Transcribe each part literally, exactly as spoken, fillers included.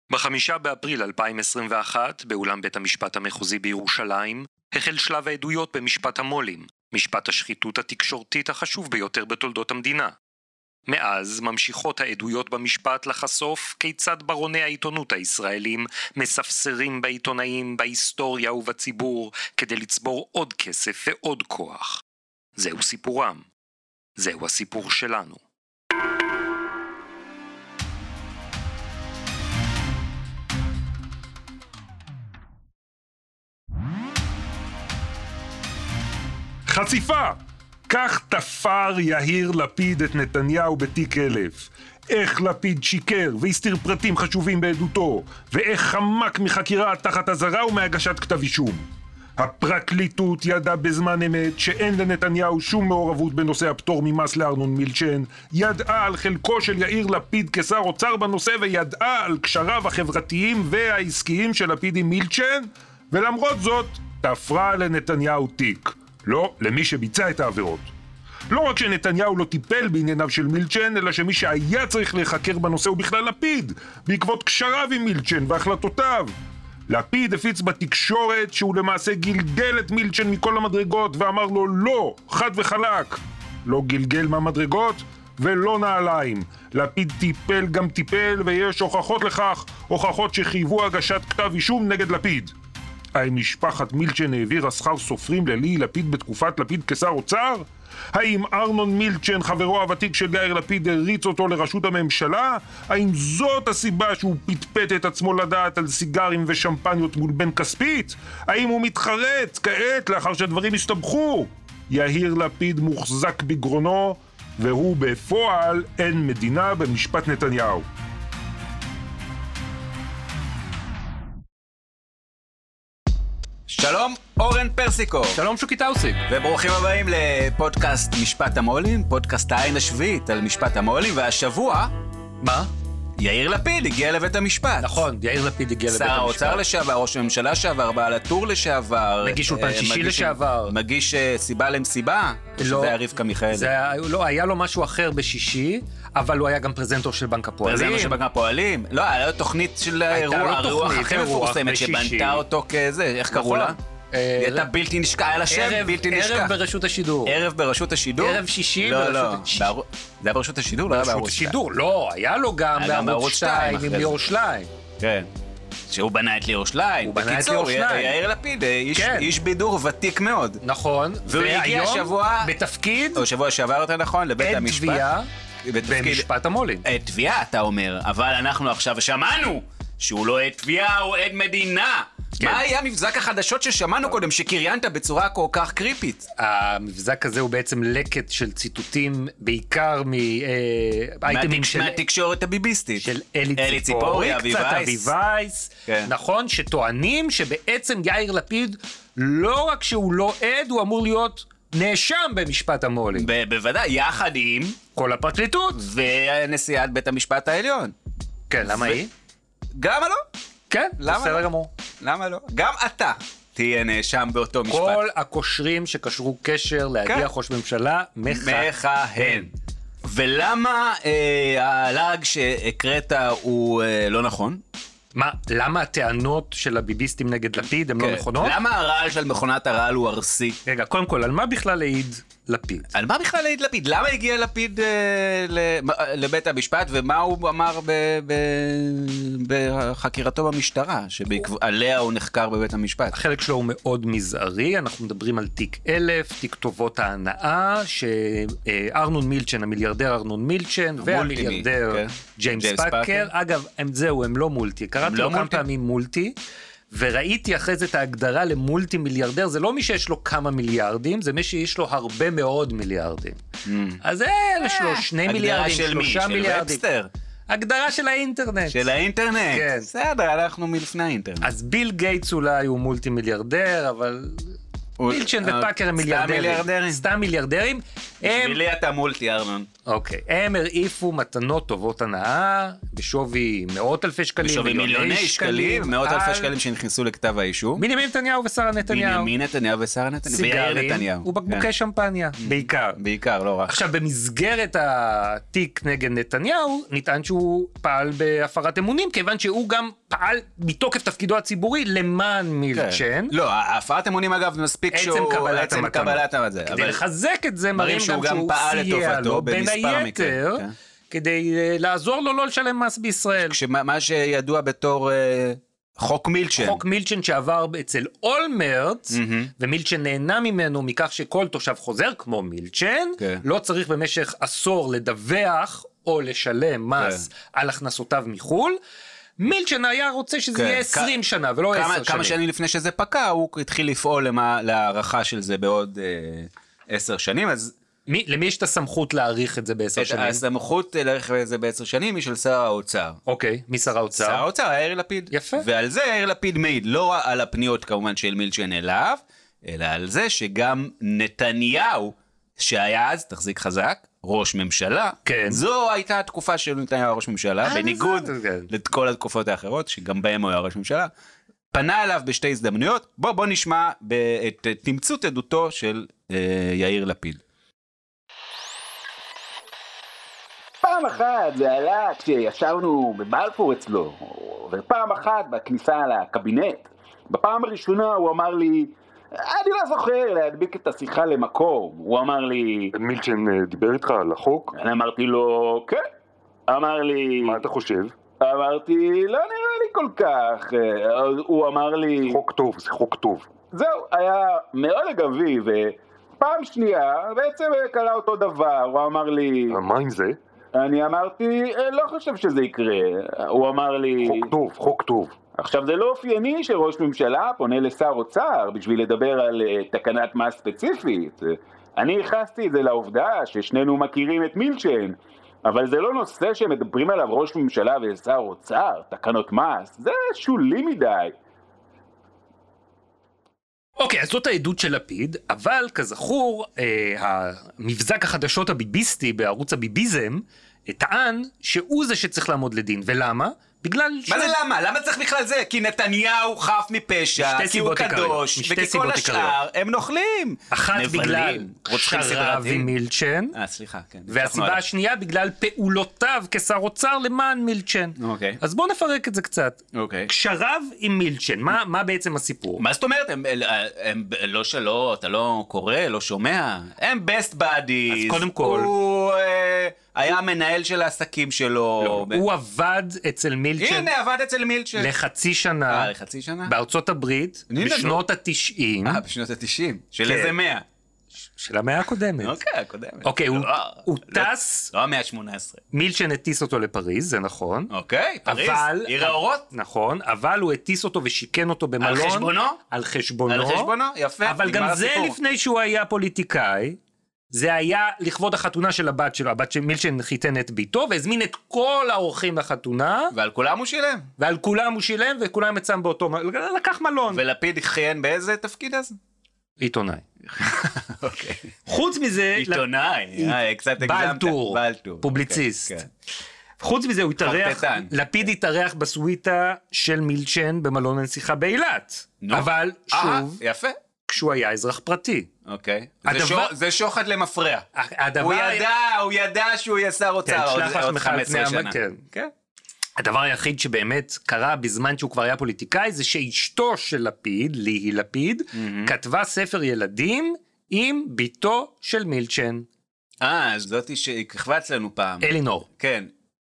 בחמישה באפריל אלפיים עשרים ואחת, באולם בית המשפט המחוזי בירושלים, החל שלב העדויות במשפט המולים, משפט השחיתות התקשורתית החשוב ביותר בתולדות המדינה. מאז ממשיכות העדויות במשפט לחשוף כיצד ברוני העיתונות הישראלים מספסרים בעיתונאים, בהיסטוריה ובציבור כדי לצבור עוד כסף ועוד כוח. זהו סיפורם. זהו הסיפור שלנו. חשיפה! כך תפר יאיר לפיד את נתניהו בתיק אלף. איך לפיד שיקר והסתיר פרטים חשובים בעדותו, ואיך חמק מחקירה תחת אזהרה ומהגשת כתב אישום. הפרקליטות ידעה בזמן אמת שאין לנתניהו שום מעורבות בנושא הפטור ממס לארנון מילצ'ן, ידעה על חלקו של יאיר לפיד כשר אוצר בנושא, וידעה על קשריו החברתיים והעסקיים של לפיד עם מילצ'ן, ולמרות זאת תפרה לנתניהו תיק. לא למי שביצע את העבירות. לא רק שנתניהו לא טיפל בענייניו של מילצ'ן, אלא שמי שהיה צריך להיחקר בנושא הוא בכלל לפיד, בעקבות קשריו עם מילצ'ן והחלטותיו. לפיד הפיץ בתקשורת שהוא למעשה גלגל את מילצ'ן מכל המדרגות ואמר לו לא, חד וחלק. לא גלגל מהמדרגות ולא נעליים. לפיד טיפל גם טיפל, ויש הוכחות לכך, הוכחות שחייבו הגשת כתב אישום נגד לפיד. האם משפחת מילצ'ן העבירה שכר סופרים ללי לפיד בתקופת לפיד כשר אוצר? האם ארנון מילצ'ן, חברו הוותיק של יאיר לפיד, הריץ אותו לראשות הממשלה? האם זאת הסיבה שהוא פטפט את עצמו לדעת על סיגרים ושמפניות מול בן כספית? האם הוא מתחרט כעת לאחר שהדברים הסתבכו? יאיר לפיד מוחזק בגרונו, והוא בפועל אין מדינה במשפט נתניהו. שלום, אורן פרסיקו. שלום, שוקי טאוסיק. וברוכים הבאים לפודקאסט משפט המולים, פודקאסט העין השביעית על משפט המולים, והשבוע... מה? יאיר לפיד הגיע לבית המשפט. נכון, יאיר לפיד הגיע לבית המשפט. שר האוצר לשעבר, ראש הממשלה לשעבר, בעל הטור לשעבר. מגיש אולפן שישי לשעבר. מגיש סיבה למסיבה, לא, שזה היה רבקה מיכאלי. זה היה, לא, היה לו משהו אחר בשישי, אבל הוא היה גם פרזנטור של בנק הפועלים. פרזנטור של בנק הפועלים? לא, היה לו תוכנית של האירוע, הרוח הכי מפורסמת שבנתה אותו כזה, איך קראו לה? הייתה בלתי נשכח, היה לה שם בלתי נשכח. ערב ברשות השידור. ערב ברשות השידור? ערב שישי לא, ברשות השידור. זה היה ברשות השידור? לא היה בערוץ השידור, לא, היה לו גם בערוץ שתיים עם ליאור שליין. כן. שהוא בנה את ליאור שליין. הוא בנה את ליאור שליין. יאיר לפיד, איש בידור ותיק מאוד. נכון. והוא הגיע שבוע... בתפקיד... או שבוע שעבר יותר נכון, לבית המשפט. עד תביעה במשפט המולים. עד תביעה, אתה אומר. אבל אנחנו עכשיו שמענו שהוא לא עד תביעה, הוא עד מדינה. כן. מה היה מבזק החדשות ששמענו קודם, שקריינת בצורה כל כך קריפית? המבזק הזה הוא בעצם לקט של ציטוטים, בעיקר מאייטמים של... מהתקשורת הביביסטית. של אלי ציפורי, אבי קצת אבי וייס. כן. נכון, שטוענים שבעצם יאיר לפיד, לא רק שהוא לא עד, הוא אמור להיות נאשם במשפט המולים. ב- בוודאי, יחד עם... כל הפרקליטות. ונשיאת בית המשפט העליון. כן, למה היא? גם לא? כן, בסדר גמור. למה לא? גם אתה תהיה נאשם באותו משפט. כל הקושרים שקשרו קשר להדיח ראש ממשלה מכהן. ולמה אה, הלאג שהקראת הוא אה, לא נכון? מה, למה הטענות של הביביסטים נגד לפיד הן לא נכונות? למה הרעל של מכונת הרעל הוא ארסי? רגע, קודם כל, על מה בכלל העיד לפיד? על מה בכלל העיד לפיד? למה הגיע לפיד אה, לבית המשפט, ומה הוא אמר ב- ב- בחקירתו במשטרה, שעליה הוא נחקר בבית המשפט? החלק שלו הוא מאוד מזערי, אנחנו מדברים על תיק אלף, תיק טובות ההנאה, שארנון מילצ'ן, המיליארדר ארנון מילצ'ן, והמיליארדר כן. ג'יימס פאקר, אגב, הם זהו, הם לא מולטי, קראתי לו כמה פעמים מולטי, וראיתי אחרי זה את ההגדרה למולטי מיליארדר, זה לא מי שיש לו כמה מיליארדים, זה מי שיש לו הרבה מאוד מיליארדים. Mm. אז זה יש לו שני מיליארדים, שלושה מיליארדים. ופסטר. הגדרה של האינטרנט. של האינטרנט? כן. בסדר, אנחנו מלפני האינטרנט. אז ביל גייטס אולי הוא מולטי מיליארדר, אבל... מילצ'ן ופאקר הם מיליארדרים. סתם מיליארדרים? סתם מיליארדרים. בשבילי אתה מולטי, ארנון. אוקיי, הם הרעיפו מתנות טובות הנאה, בשווי מאות אלפי שקלים, בשווי מיליוני שקלים, מאות אלפי שקלים שנכנסו לכתב האישום. בנימין נתניהו ושרה נתניהו. בנימין נתניהו ושרה נתניהו. סיגרים ובקבוקי שמפניה, בעיקר. בעיקר, לא רק. עכשיו, במסגרת התיק נגד נתניהו, נטען שהוא פעל בהפרת אמונים, כיוון שהוא גם פעל מתוקף תפקידו הציבורי למען מילצ'ן. לא, הפרת אמונים אגב מספיק שהוא... עצם קבלת המתנות. כדי לחזק את זה, מראים גם שהוא סייע לו בין היתר, כדי לעזור לו לא לשלם מס בישראל. מה שידוע בתור חוק מילצ'ן. חוק מילצ'ן שעבר אצל אולמרט, ומילצ'ן נהנה ממנו מכך שכל תושב חוזר, כמו מילצ'ן, לא צריך במשך עשור לדווח או לשלם מס על הכנסותיו מחול. מילצ'ן היה רוצה שזה יהיה עשרים שנה ולא עשר שנים. כמה שנים לפני שזה פקע, הוא התחיל לפעול להערכה של זה בעוד עשר שנים, אז... למי יש את הסמכות להעריך את זה בעשר שנים? הסמכות להעריך את זה בעשר שנים היא של שר האוצר. אוקיי, מי שר האוצר? שר האוצר, יאיר לפיד. יפה. ועל זה יאיר לפיד מעיד, לא על הפניות כמובן של מילצ'ן אליו, אלא על זה שגם נתניהו, שהיה אז, תחזיק חזק, ראש ממשלה, כן. זו הייתה התקופה של נתניהו ראש ממשלה, בניגוד לכל התקופות האחרות, שגם בהם הוא היה ראש ממשלה, פנה אליו בשתי הזדמנויות, בוא בוא נשמע את תמצות עדותו של יאיר לפיד. פעם אחת זה עלה כשישבנו בבלפור אצלו, ופעם אחת בכניסה לקבינט. בפעם הראשונה הוא אמר לי, אני לא זוכר להדביק את השיחה למקום. הוא אמר לי... מילצ'ן דיבר איתך על החוק? אני אמרתי לו, כן. אמר לי... מה אתה חושב? אמרתי, לא נראה לי כל כך. הוא אמר לי... חוק טוב, זה חוק טוב. זהו, היה מאוד אגבי, ופעם שנייה בעצם קרה אותו דבר. הוא אמר לי... מה עם זה? אני אמרתי, לא חושב שזה יקרה. הוא אמר לי... חוק טוב, חוק טוב. עכשיו זה לא אופייני שראש ממשלה פונה לשר אוצר בשביל לדבר על uh, תקנת מס ספציפית. אני הכנסתי את זה לעובדה ששנינו מכירים את מילצ'ן, אבל זה לא נושא שמדברים עליו ראש ממשלה ושר אוצר, תקנות מס, זה שולי מדי. אוקיי, אז זאת העדות של לפיד, אבל כזכור, אה, המבזק החדשות הביביסטי בערוץ הביביזם, טען שהוא זה שצריך לעמוד לדין, ולמה? בגלל ש... מה זה למה? למה צריך בכלל זה? כי נתניהו חף מפשע, כי הוא קדוש, וכי כל השאר הם נוכלים. אחת בגלל שרבי מילצ'ן, אה, סליחה, כן. והסיבה השנייה בגלל פעולותיו כשר אוצר למען מילצ'ן. אוקיי. אז בואו נפרק את זה קצת. אוקיי. קשריו עם מילצ'ן, מה, מה בעצם הסיפור? מה זאת אומרת? הם, הם לא שלא, אתה לא קורא, לא שומע. הם best buddies. אז קודם כל... הוא... היה המנהל של העסקים שלו. לא, ב... הוא עבד אצל מילצ'ן. הנה, עבד אצל מילצ'ן. לחצי שנה. אה, לחצי שנה? בארצות הברית, בשנות ה-תשעים. אה, בשנות ה-תשעים. של איזה מאה? של המאה הקודמת. אוקיי, הקודמת. אוקיי, הוא טס... לא המאה ה-שמונה עשרה. מילצ'ן הטיס אותו לפריז, זה נכון. אוקיי, פריז, עיר האורות. נכון, אבל הוא הטיס אותו ושיקן אותו במלון. על חשבונו? על חשבונו. על חשבונו, יפה. אבל גם זה לפני שהוא היה פוליטיקאי. זה היה לכבוד החתונה של הבת שלו, הבת של מילצ'ן חיתן את ביתו, והזמין את כל האורחים לחתונה. ועל כולם הוא שילם. ועל כולם הוא שילם, וכולם יצאם באותו, לקח מלון. ולפיד כיהן באיזה תפקיד אז? עיתונאי. אוקיי. חוץ מזה... עיתונאי, קצת הגזמת. בעל טור, פובליציסט. חוץ מזה הוא התארח, לפיד התארח בסוויטה של מילצ'ן במלון הנסיכה באילת. אבל שוב... יפה. כשהוא היה אזרח פרטי. אוקיי. זה שוחד למפרע. הוא ידע, הוא ידע שהוא יהיה שר אוצר עוד חמש עשרה שנה. כן. הדבר היחיד שבאמת קרה בזמן שהוא כבר היה פוליטיקאי, זה שאשתו של לפיד, ליהי לפיד, כתבה ספר ילדים עם ביתו של מילצ'ן. אה, זאתי שכתבה אצלנו פעם. אלינור. כן.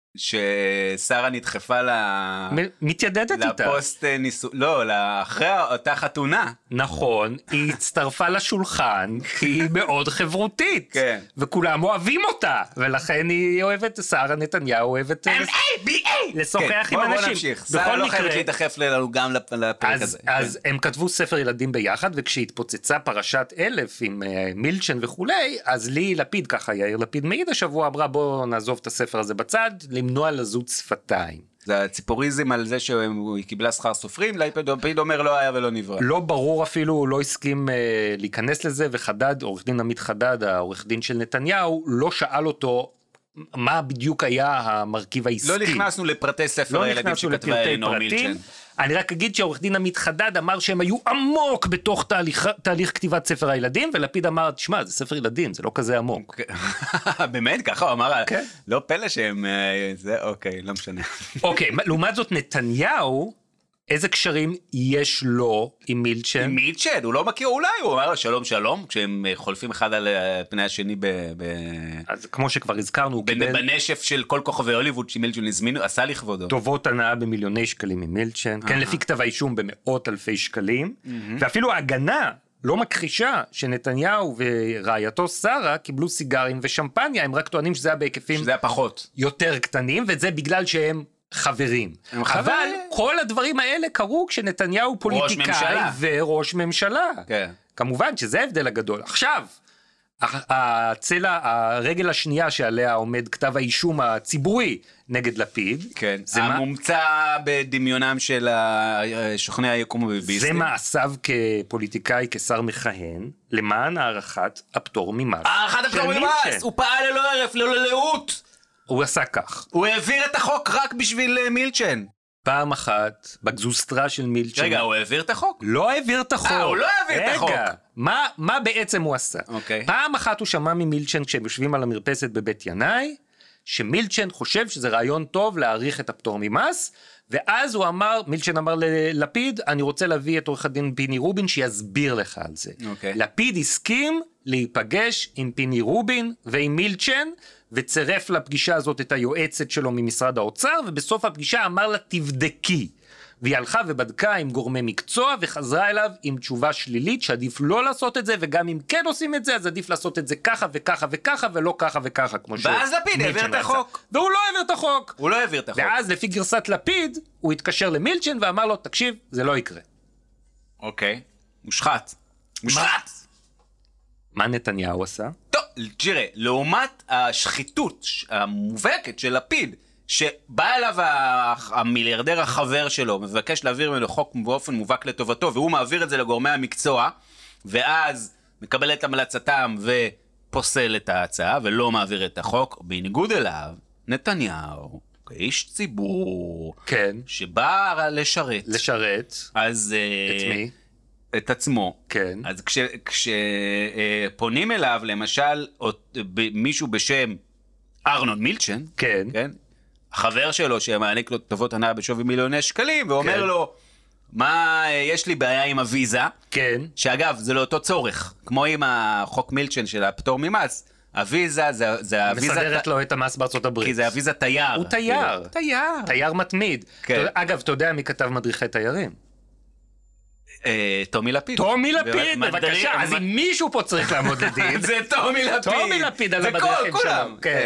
ששרה נדחפה ל... מתיידדת איתה. לפוסט ניסו... לא, אחרי אותה חתונה. נכון, היא הצטרפה לשולחן, כי היא מאוד חברותית. כן. וכולם אוהבים אותה, ולכן היא אוהבת, שרה נתניהו אוהבת... אם איי בי איי! לשוחח עם אנשים. בוא נמשיך, שרה לא חייבת להתאחף לנו גם לפרק הזה. אז הם כתבו ספר ילדים ביחד, וכשהתפוצצה פרשת אלף עם מילצ'ן וכולי, אז לי לפיד, ככה יאיר לפיד מעיד השבוע, אמרה בוא נעזוב את הספר הזה בצד, למנוע לזות שפתיים. זה הציפוריזם על זה שהיא קיבלה שכר סופרים, לפיד אומר לא היה ולא נברא. לא ברור אפילו, הוא לא הסכים אה, להיכנס לזה, וחדד, עורך דין עמית חדד, העורך דין של נתניהו, לא שאל אותו מה בדיוק היה המרכיב העסקי. לא נכנסנו לפרטי ספר לא הילדים שכתבה אלינור מילצ'ן. אני רק אגיד שעורך דין עמית חדד אמר שהם היו עמוק בתוך תהליך, תהליך כתיבת ספר הילדים, ולפיד אמר, תשמע, זה ספר ילדים, זה לא כזה עמוק. באמת? ככה הוא אמר, כן. לא פלא שהם, זה אוקיי, לא משנה. אוקיי, לעומת זאת נתניהו, איזה קשרים יש לו עם מילצ'ן? עם מילצ'ן, הוא לא מכיר, אולי הוא אמר שלום שלום, כשהם חולפים אחד על פני השני ב... אז כמו שכבר הזכרנו, הוא קיבל... בנשף של כל כוכבי הוליווד שמילצ'ן הזמינו, עשה לכבודו. טובות הנאה במיליוני שקלים ממילצ'ן, כן, לפי כתב האישום במאות אלפי שקלים, ואפילו ההגנה לא מכחישה שנתניהו ורעייתו שרה קיבלו סיגרים ושמפניה, הם רק טוענים שזה היה בהיקפים... שזה היה פחות. יותר קטנים, וזה בגלל שהם... חברים. אבל כל הדברים האלה קרו כשנתניהו פוליטיקאי וראש ממשלה. כמובן שזה ההבדל הגדול. עכשיו, הצלע, הרגל השנייה שעליה עומד כתב האישום הציבורי נגד לפיד. כן. המומצא בדמיונם של שוכני היקום הביביסטים. זה מעשיו כפוליטיקאי, כשר מכהן, למען הערכת הפטור ממס. הערכת הפטור ממס! הוא פעל ללא הרף, ללא לאות. הוא עשה כך. הוא העביר את החוק רק בשביל מילצ'ן. פעם אחת, בגזוסטרה של מילצ'ן. רגע, הוא העביר את החוק? לא העביר את החוק. אה, הוא לא העביר את החוק. רגע, מה, מה בעצם הוא עשה? אוקיי. פעם אחת הוא שמע ממילצ'ן כשהם יושבים על המרפסת בבית ינאי, שמילצ'ן חושב שזה רעיון טוב להאריך את הפטור ממס, ואז הוא אמר, מילצ'ן אמר ללפיד, אני רוצה להביא את עורך הדין פיני רובין שיסביר לך על זה. אוקיי. לפיד הסכים להיפגש עם פיני רובין ועם מילצ'ן, וצרף לפגישה הזאת את היועצת שלו ממשרד האוצר, ובסוף הפגישה אמר לה תבדקי. והיא הלכה ובדקה עם גורמי מקצוע, וחזרה אליו עם תשובה שלילית, שעדיף לא לעשות את זה, וגם אם כן עושים את זה, אז עדיף לעשות את זה ככה וככה וככה, ולא ככה וככה, כמו ש... ואז לפיד העביר את החוק. והוא לא העביר את החוק. הוא לא העביר את החוק. ואז לפי גרסת לפיד, הוא התקשר למילצ'ן ואמר לו, תקשיב, זה לא יקרה. אוקיי. מושחת. מושחת. מה נתניהו עשה? טוב, תראה, לעומת השחיתות המובהקת של לפיד, שבא אליו המיליארדר החבר שלו, מבקש להעביר ממנו חוק באופן מובהק לטובתו, והוא מעביר את זה לגורמי המקצוע, ואז מקבל את המלצתם ופוסל את ההצעה, ולא מעביר את החוק, בניגוד אליו, נתניהו, כאיש ציבור, כן. שבא לשרת. לשרת. אז... את מי? את עצמו. כן. אז כש, כשפונים אליו, למשל, מישהו בשם ארנון מילצ'ן, כן. כן? החבר שלו שמעניק לו טובות הנאה בשווי מיליוני שקלים, ואומר כן. לו, מה, יש לי בעיה עם הוויזה, כן. שאגב, זה לא אותו צורך, כמו עם החוק מילצ'ן של הפטור ממס, הוויזה, זה, זה הוויזה... מסדרת לו את המס בארצות הברית. כי זה הוויזה תייר. הוא תייר. תייר. תייר מתמיד. כן. אגב, אתה יודע מי כתב מדריכי תיירים? טומי לפיד. טומי לפיד, בבקשה. אז אם מישהו פה צריך לעמוד לדין... זה טומי לפיד. טומי לפיד על המדריכים שלו. כן.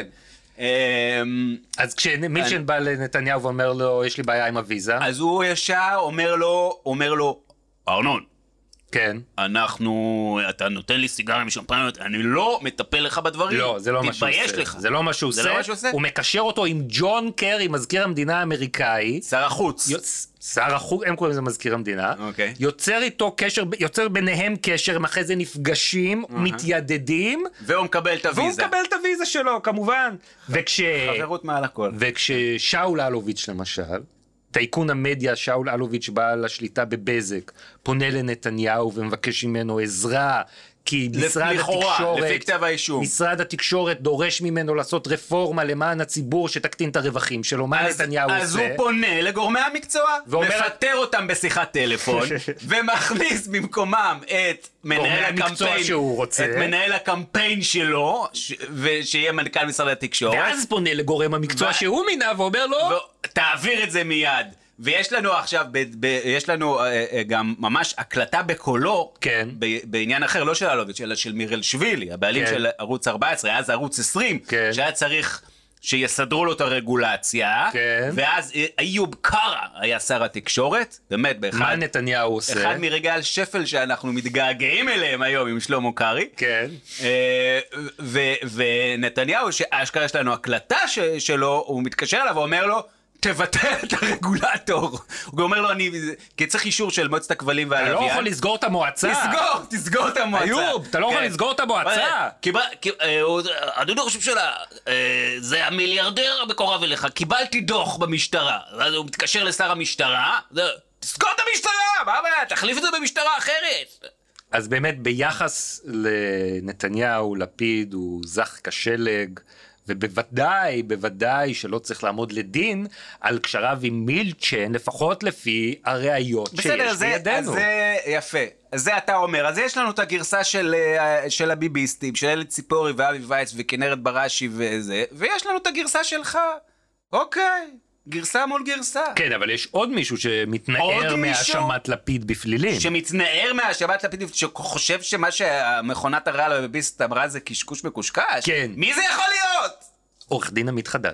אז כשמילצ'ן בא לנתניהו ואומר לו, יש לי בעיה עם הוויזה. אז הוא ישר אומר לו, אומר לו, ארנון. כן. אנחנו, אתה נותן לי סיגריה משמפניות, אני לא מטפל לך בדברים. לא, זה לא מה שהוא עושה. תתבייש לך. זה לא מה שהוא עושה. הוא מקשר אותו עם ג'ון קרי, מזכיר המדינה האמריקאי. שר החוץ. שר החוץ, הם קוראים לזה מזכיר המדינה. אוקיי. יוצר איתו קשר, יוצר ביניהם קשר, הם אחרי זה נפגשים, מתיידדים. והוא מקבל את הוויזה. והוא מקבל את הוויזה שלו, כמובן. וכש... חברות מעל הכל. וכששאול אלוביץ' למשל, טייקון המדיה שאול אלוביץ' בעל השליטה בבזק, פונה לנתניהו ומבקש ממנו עזרה, כי משרד התקשורת, לפי כתב האישום. משרד התקשורת דורש ממנו לעשות רפורמה למען הציבור שתקטין את הרווחים שלו. מה נתניהו עושה? אז הוא פונה לגורמי המקצוע, מפטר אותם בשיחת טלפון, ומכניס במקומם את מנהל הקמפיין, שהוא רוצה. את מנהל הקמפיין שלו, ושיהיה מנכ"ל משרד התקשורת. ואז פונה לגורם המקצוע שהוא מינה ואומר לו, תעביר את זה מיד. ויש לנו עכשיו, ב, ב, יש לנו uh, גם ממש הקלטה בקולו, כן. ב, בעניין אחר, לא של אלוביץ', אלא של מירל שבילי, הבעלים כן. של ערוץ ארבע עשרה, אז ערוץ עשרים, כן. שהיה צריך שיסדרו לו את הרגולציה, כן. ואז איוב קרא היה שר התקשורת, באמת, באחד, מה נתניהו עושה? אחד מרגעי השפל שאנחנו מתגעגעים אליהם היום עם שלמה קרעי, כן. Uh, ו, ונתניהו, שאשכרה יש לנו הקלטה ש, שלו, הוא מתקשר אליו ואומר לו, תבטל את הרגולטור. הוא אומר לו, אני, כי צריך אישור של מועצת הכבלים והלוויין. אתה לא יכול לסגור את המועצה. תסגור, תסגור את המועצה. איוב, אתה לא יכול לסגור את המועצה. אדוני ראש הממשלה, זה המיליארדר המקורב אליך, קיבלתי דוח במשטרה. אז הוא מתקשר לשר המשטרה, תסגור את המשטרה, מה הבעיה? תחליף את זה במשטרה אחרת. אז באמת ביחס לנתניהו, לפיד הוא זך כשלג, ובוודאי, בוודאי שלא צריך לעמוד לדין על קשריו עם מילצ'ן, לפחות לפי הראיות שיש בידינו. בסדר, זה יפה. זה אתה אומר. אז יש לנו את הגרסה של, של הביביסטים, של אלה ציפורי ואבי וייץ וכנרת בראשי וזה, ויש לנו את הגרסה שלך. אוקיי. גרסה מול גרסה. כן, אבל יש עוד מישהו שמתנער מהאשמת לפיד בפלילים. שמתנער מהאשמת לפיד, שחושב שמה שהמכונת הרעל הביביסט אמרה זה קשקוש מקושקש? כן. מי זה יכול להיות? עורך דין עמית חדד.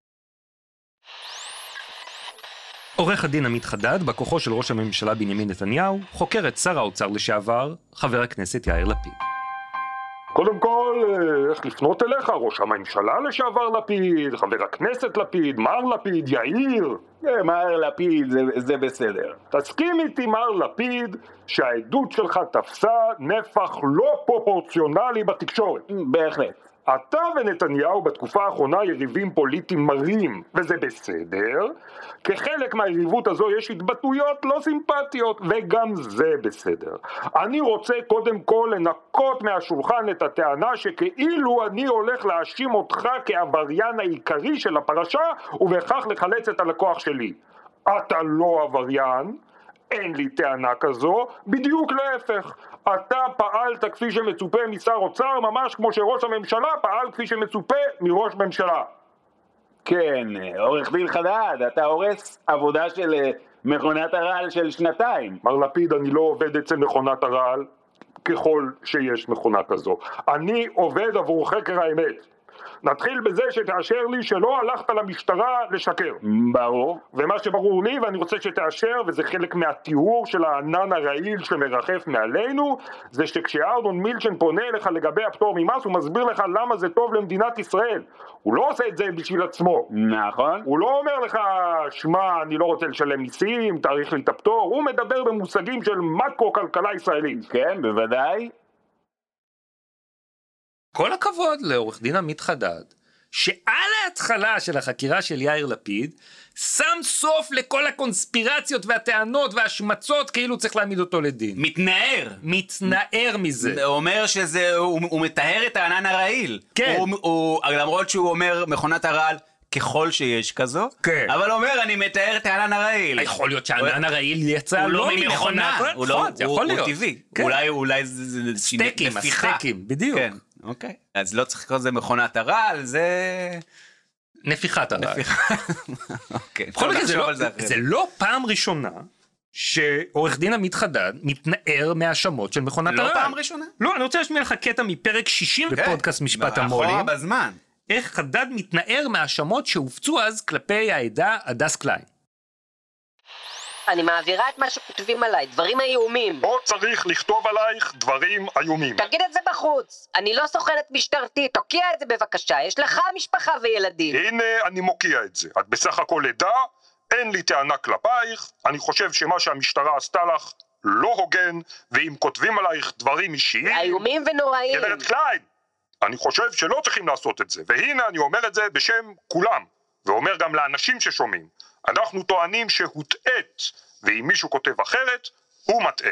עורך הדין עמית חדד, בכוחו של ראש הממשלה בנימין נתניהו, חוקר את שר האוצר לשעבר, חבר הכנסת יאיר לפיד. קודם כל, איך לפנות אליך, ראש הממשלה לשעבר לפיד, חבר הכנסת לפיד, מר לפיד, יאיר. מר לפיד, זה, זה בסדר. תסכים איתי, מר לפיד, שהעדות שלך תפסה נפח לא פרופורציונלי בתקשורת. בהחלט. אתה ונתניהו בתקופה האחרונה יריבים פוליטיים מרים, וזה בסדר. כחלק מהיריבות הזו יש התבטאויות לא סימפטיות, וגם זה בסדר. אני רוצה קודם כל לנקות מהשולחן את הטענה שכאילו אני הולך להאשים אותך כעבריין העיקרי של הפרשה, ובכך לחלץ את הלקוח שלי. אתה לא עבריין, אין לי טענה כזו, בדיוק להפך. אתה פעלת כפי שמצופה משר אוצר, ממש כמו שראש הממשלה פעל כפי שמצופה מראש ממשלה. כן, עורך דין חדד, אתה הורס עבודה של מכונת הרעל של שנתיים. מר לפיד, אני לא עובד אצל מכונת הרעל, ככל שיש מכונה כזו. אני עובד עבור חקר האמת. נתחיל בזה שתאשר לי שלא הלכת למשטרה לשקר. ברור. ומה שברור לי, ואני רוצה שתאשר, וזה חלק מהטיהור של הענן הרעיל שמרחף מעלינו, זה שכשארנון מילצ'ן פונה אליך לגבי הפטור ממס, הוא מסביר לך למה זה טוב למדינת ישראל. הוא לא עושה את זה בשביל עצמו. נכון. הוא לא אומר לך, שמע, אני לא רוצה לשלם מיסים, תאריך לי את הפטור. הוא מדבר במושגים של מקרו-כלכלה ישראלית. כן, בוודאי. כל הכבוד לעורך דין עמית חדד, שעל ההתחלה של החקירה של יאיר לפיד, שם סוף לכל הקונספירציות והטענות והשמצות כאילו צריך להעמיד אותו לדין. מתנער. מתנער מזה. הוא אומר שזה, הוא, הוא מתאר את הענן הרעיל. כן. הוא, הוא, למרות שהוא אומר מכונת הרעל, ככל שיש כזו, כן. אבל הוא אומר, אני מתאר את הענן הרעיל. יכול להיות שהענן הרעיל יצא הוא לא ממכונה. ממכונה. הוא לא, הוא, הוא טבעי. כן. אולי, אולי זה סטייקים, הסטייקים, בדיוק. כן. אוקיי, אז לא צריך לקרוא לזה מכונת הרעל, זה... נפיחת הרעל. אוקיי, בכל מקרה, זה, לא, זה לא פעם ראשונה שעורך דין עמית חדד מתנער מהאשמות של מכונת הרעל. לא פעם ראשונה? לא, אני רוצה להשמיע לך קטע מפרק שישים בפודקאסט משפט המו"לים. אחורה בזמן. איך חדד מתנער מהאשמות שהופצו אז כלפי העדה הדס קליין. אני מעבירה את מה שכותבים עליי, דברים איומים. לא צריך לכתוב עלייך דברים איומים. תגיד את זה בחוץ. אני לא סוכנת משטרתית, תוקיע את זה בבקשה. יש לך משפחה וילדים. הנה, אני מוקיע את זה. את בסך הכל עדה, אין לי טענה כלפייך. אני חושב שמה שהמשטרה עשתה לך לא הוגן, ואם כותבים עלייך דברים אישיים... איומים ונוראים. גברת קליין, אני חושב שלא צריכים לעשות את זה. והנה אני אומר את זה בשם כולם, ואומר גם לאנשים ששומעים. אנחנו טוענים שהוטעת, ואם מישהו כותב אחרת, הוא מטעה.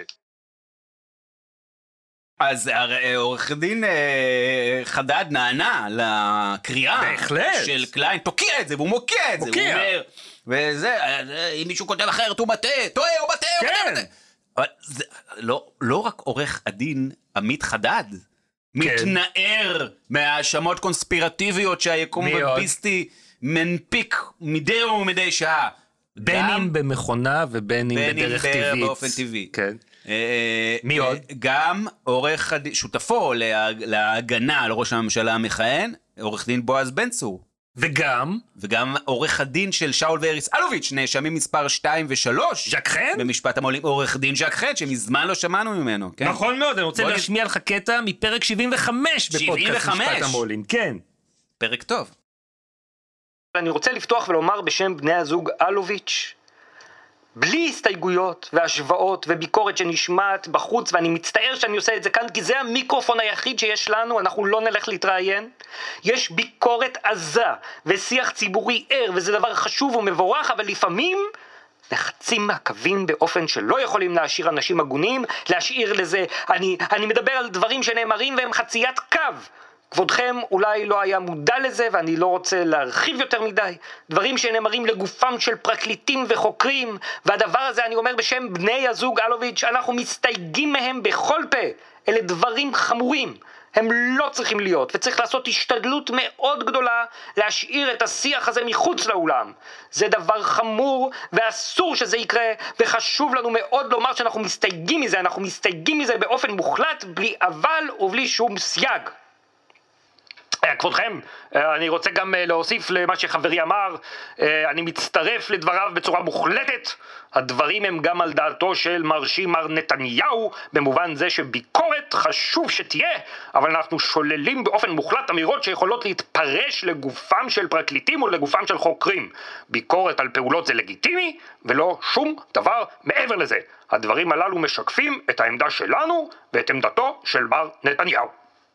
אז עורך דין חדד נענה לקריאה של קליין, תוקיע את זה, והוא מוקיע את זה, הוא אומר, וזה, אם מישהו כותב אחרת, הוא מטעה, טועה, הוא מטעה, הוא מטעה. אבל לא רק עורך הדין עמית חדד, מתנער מהאשמות קונספירטיביות שהיקום וביסטי מנפיק מדי יום ומדי שעה. בין אם במכונה ובין אם בדרך טבעית. בין אם באופן טבעי. כן. מי עוד? גם עורך, שותפו להגנה על ראש הממשלה המכהן, עורך דין בועז בן צור. וגם? וגם עורך הדין של שאול ואריס אלוביץ', נאשמים מספר שתיים ושלוש. ז'ק חן? במשפט המו"לים, עורך דין ז'ק חן, שמזמן לא שמענו ממנו. כן? נכון מאוד, אני רוצה להשמיע לך קטע מפרק שבעים וחמש בפודקאסט משפט המו"לים. כן. פרק טוב. אני רוצה לפתוח ולומר בשם בני הזוג אלוביץ', בלי הסתייגויות והשוואות וביקורת שנשמעת בחוץ, ואני מצטער שאני עושה את זה כאן, כי זה המיקרופון היחיד שיש לנו, אנחנו לא נלך להתראיין. יש ביקורת עזה ושיח ציבורי ער, וזה דבר חשוב ומבורך, אבל לפעמים נחצים מהקווים באופן שלא יכולים להשאיר אנשים הגונים, להשאיר לזה, אני, אני מדבר על דברים שנאמרים והם חציית קו. כבודכם אולי לא היה מודע לזה, ואני לא רוצה להרחיב יותר מדי. דברים שנאמרים לגופם של פרקליטים וחוקרים, והדבר הזה אני אומר בשם בני הזוג אלוביץ', אנחנו מסתייגים מהם בכל פה. אלה דברים חמורים. הם לא צריכים להיות, וצריך לעשות השתדלות מאוד גדולה להשאיר את השיח הזה מחוץ לאולם. זה דבר חמור ואסור שזה יקרה, וחשוב לנו מאוד לומר שאנחנו מסתייגים מזה, אנחנו מסתייגים מזה באופן מוחלט, בלי אבל ובלי שום סייג. כבודכם, אני רוצה גם להוסיף למה שחברי אמר, אני מצטרף לדבריו בצורה מוחלטת. הדברים הם גם על דעתו של מרשי מר נתניהו, במובן זה שביקורת חשוב שתהיה, אבל אנחנו שוללים באופן מוחלט אמירות שיכולות להתפרש לגופם של פרקליטים או לגופם של חוקרים. ביקורת על פעולות זה לגיטימי, ולא שום דבר מעבר לזה. הדברים הללו משקפים את העמדה שלנו ואת עמדתו של מר נתניהו.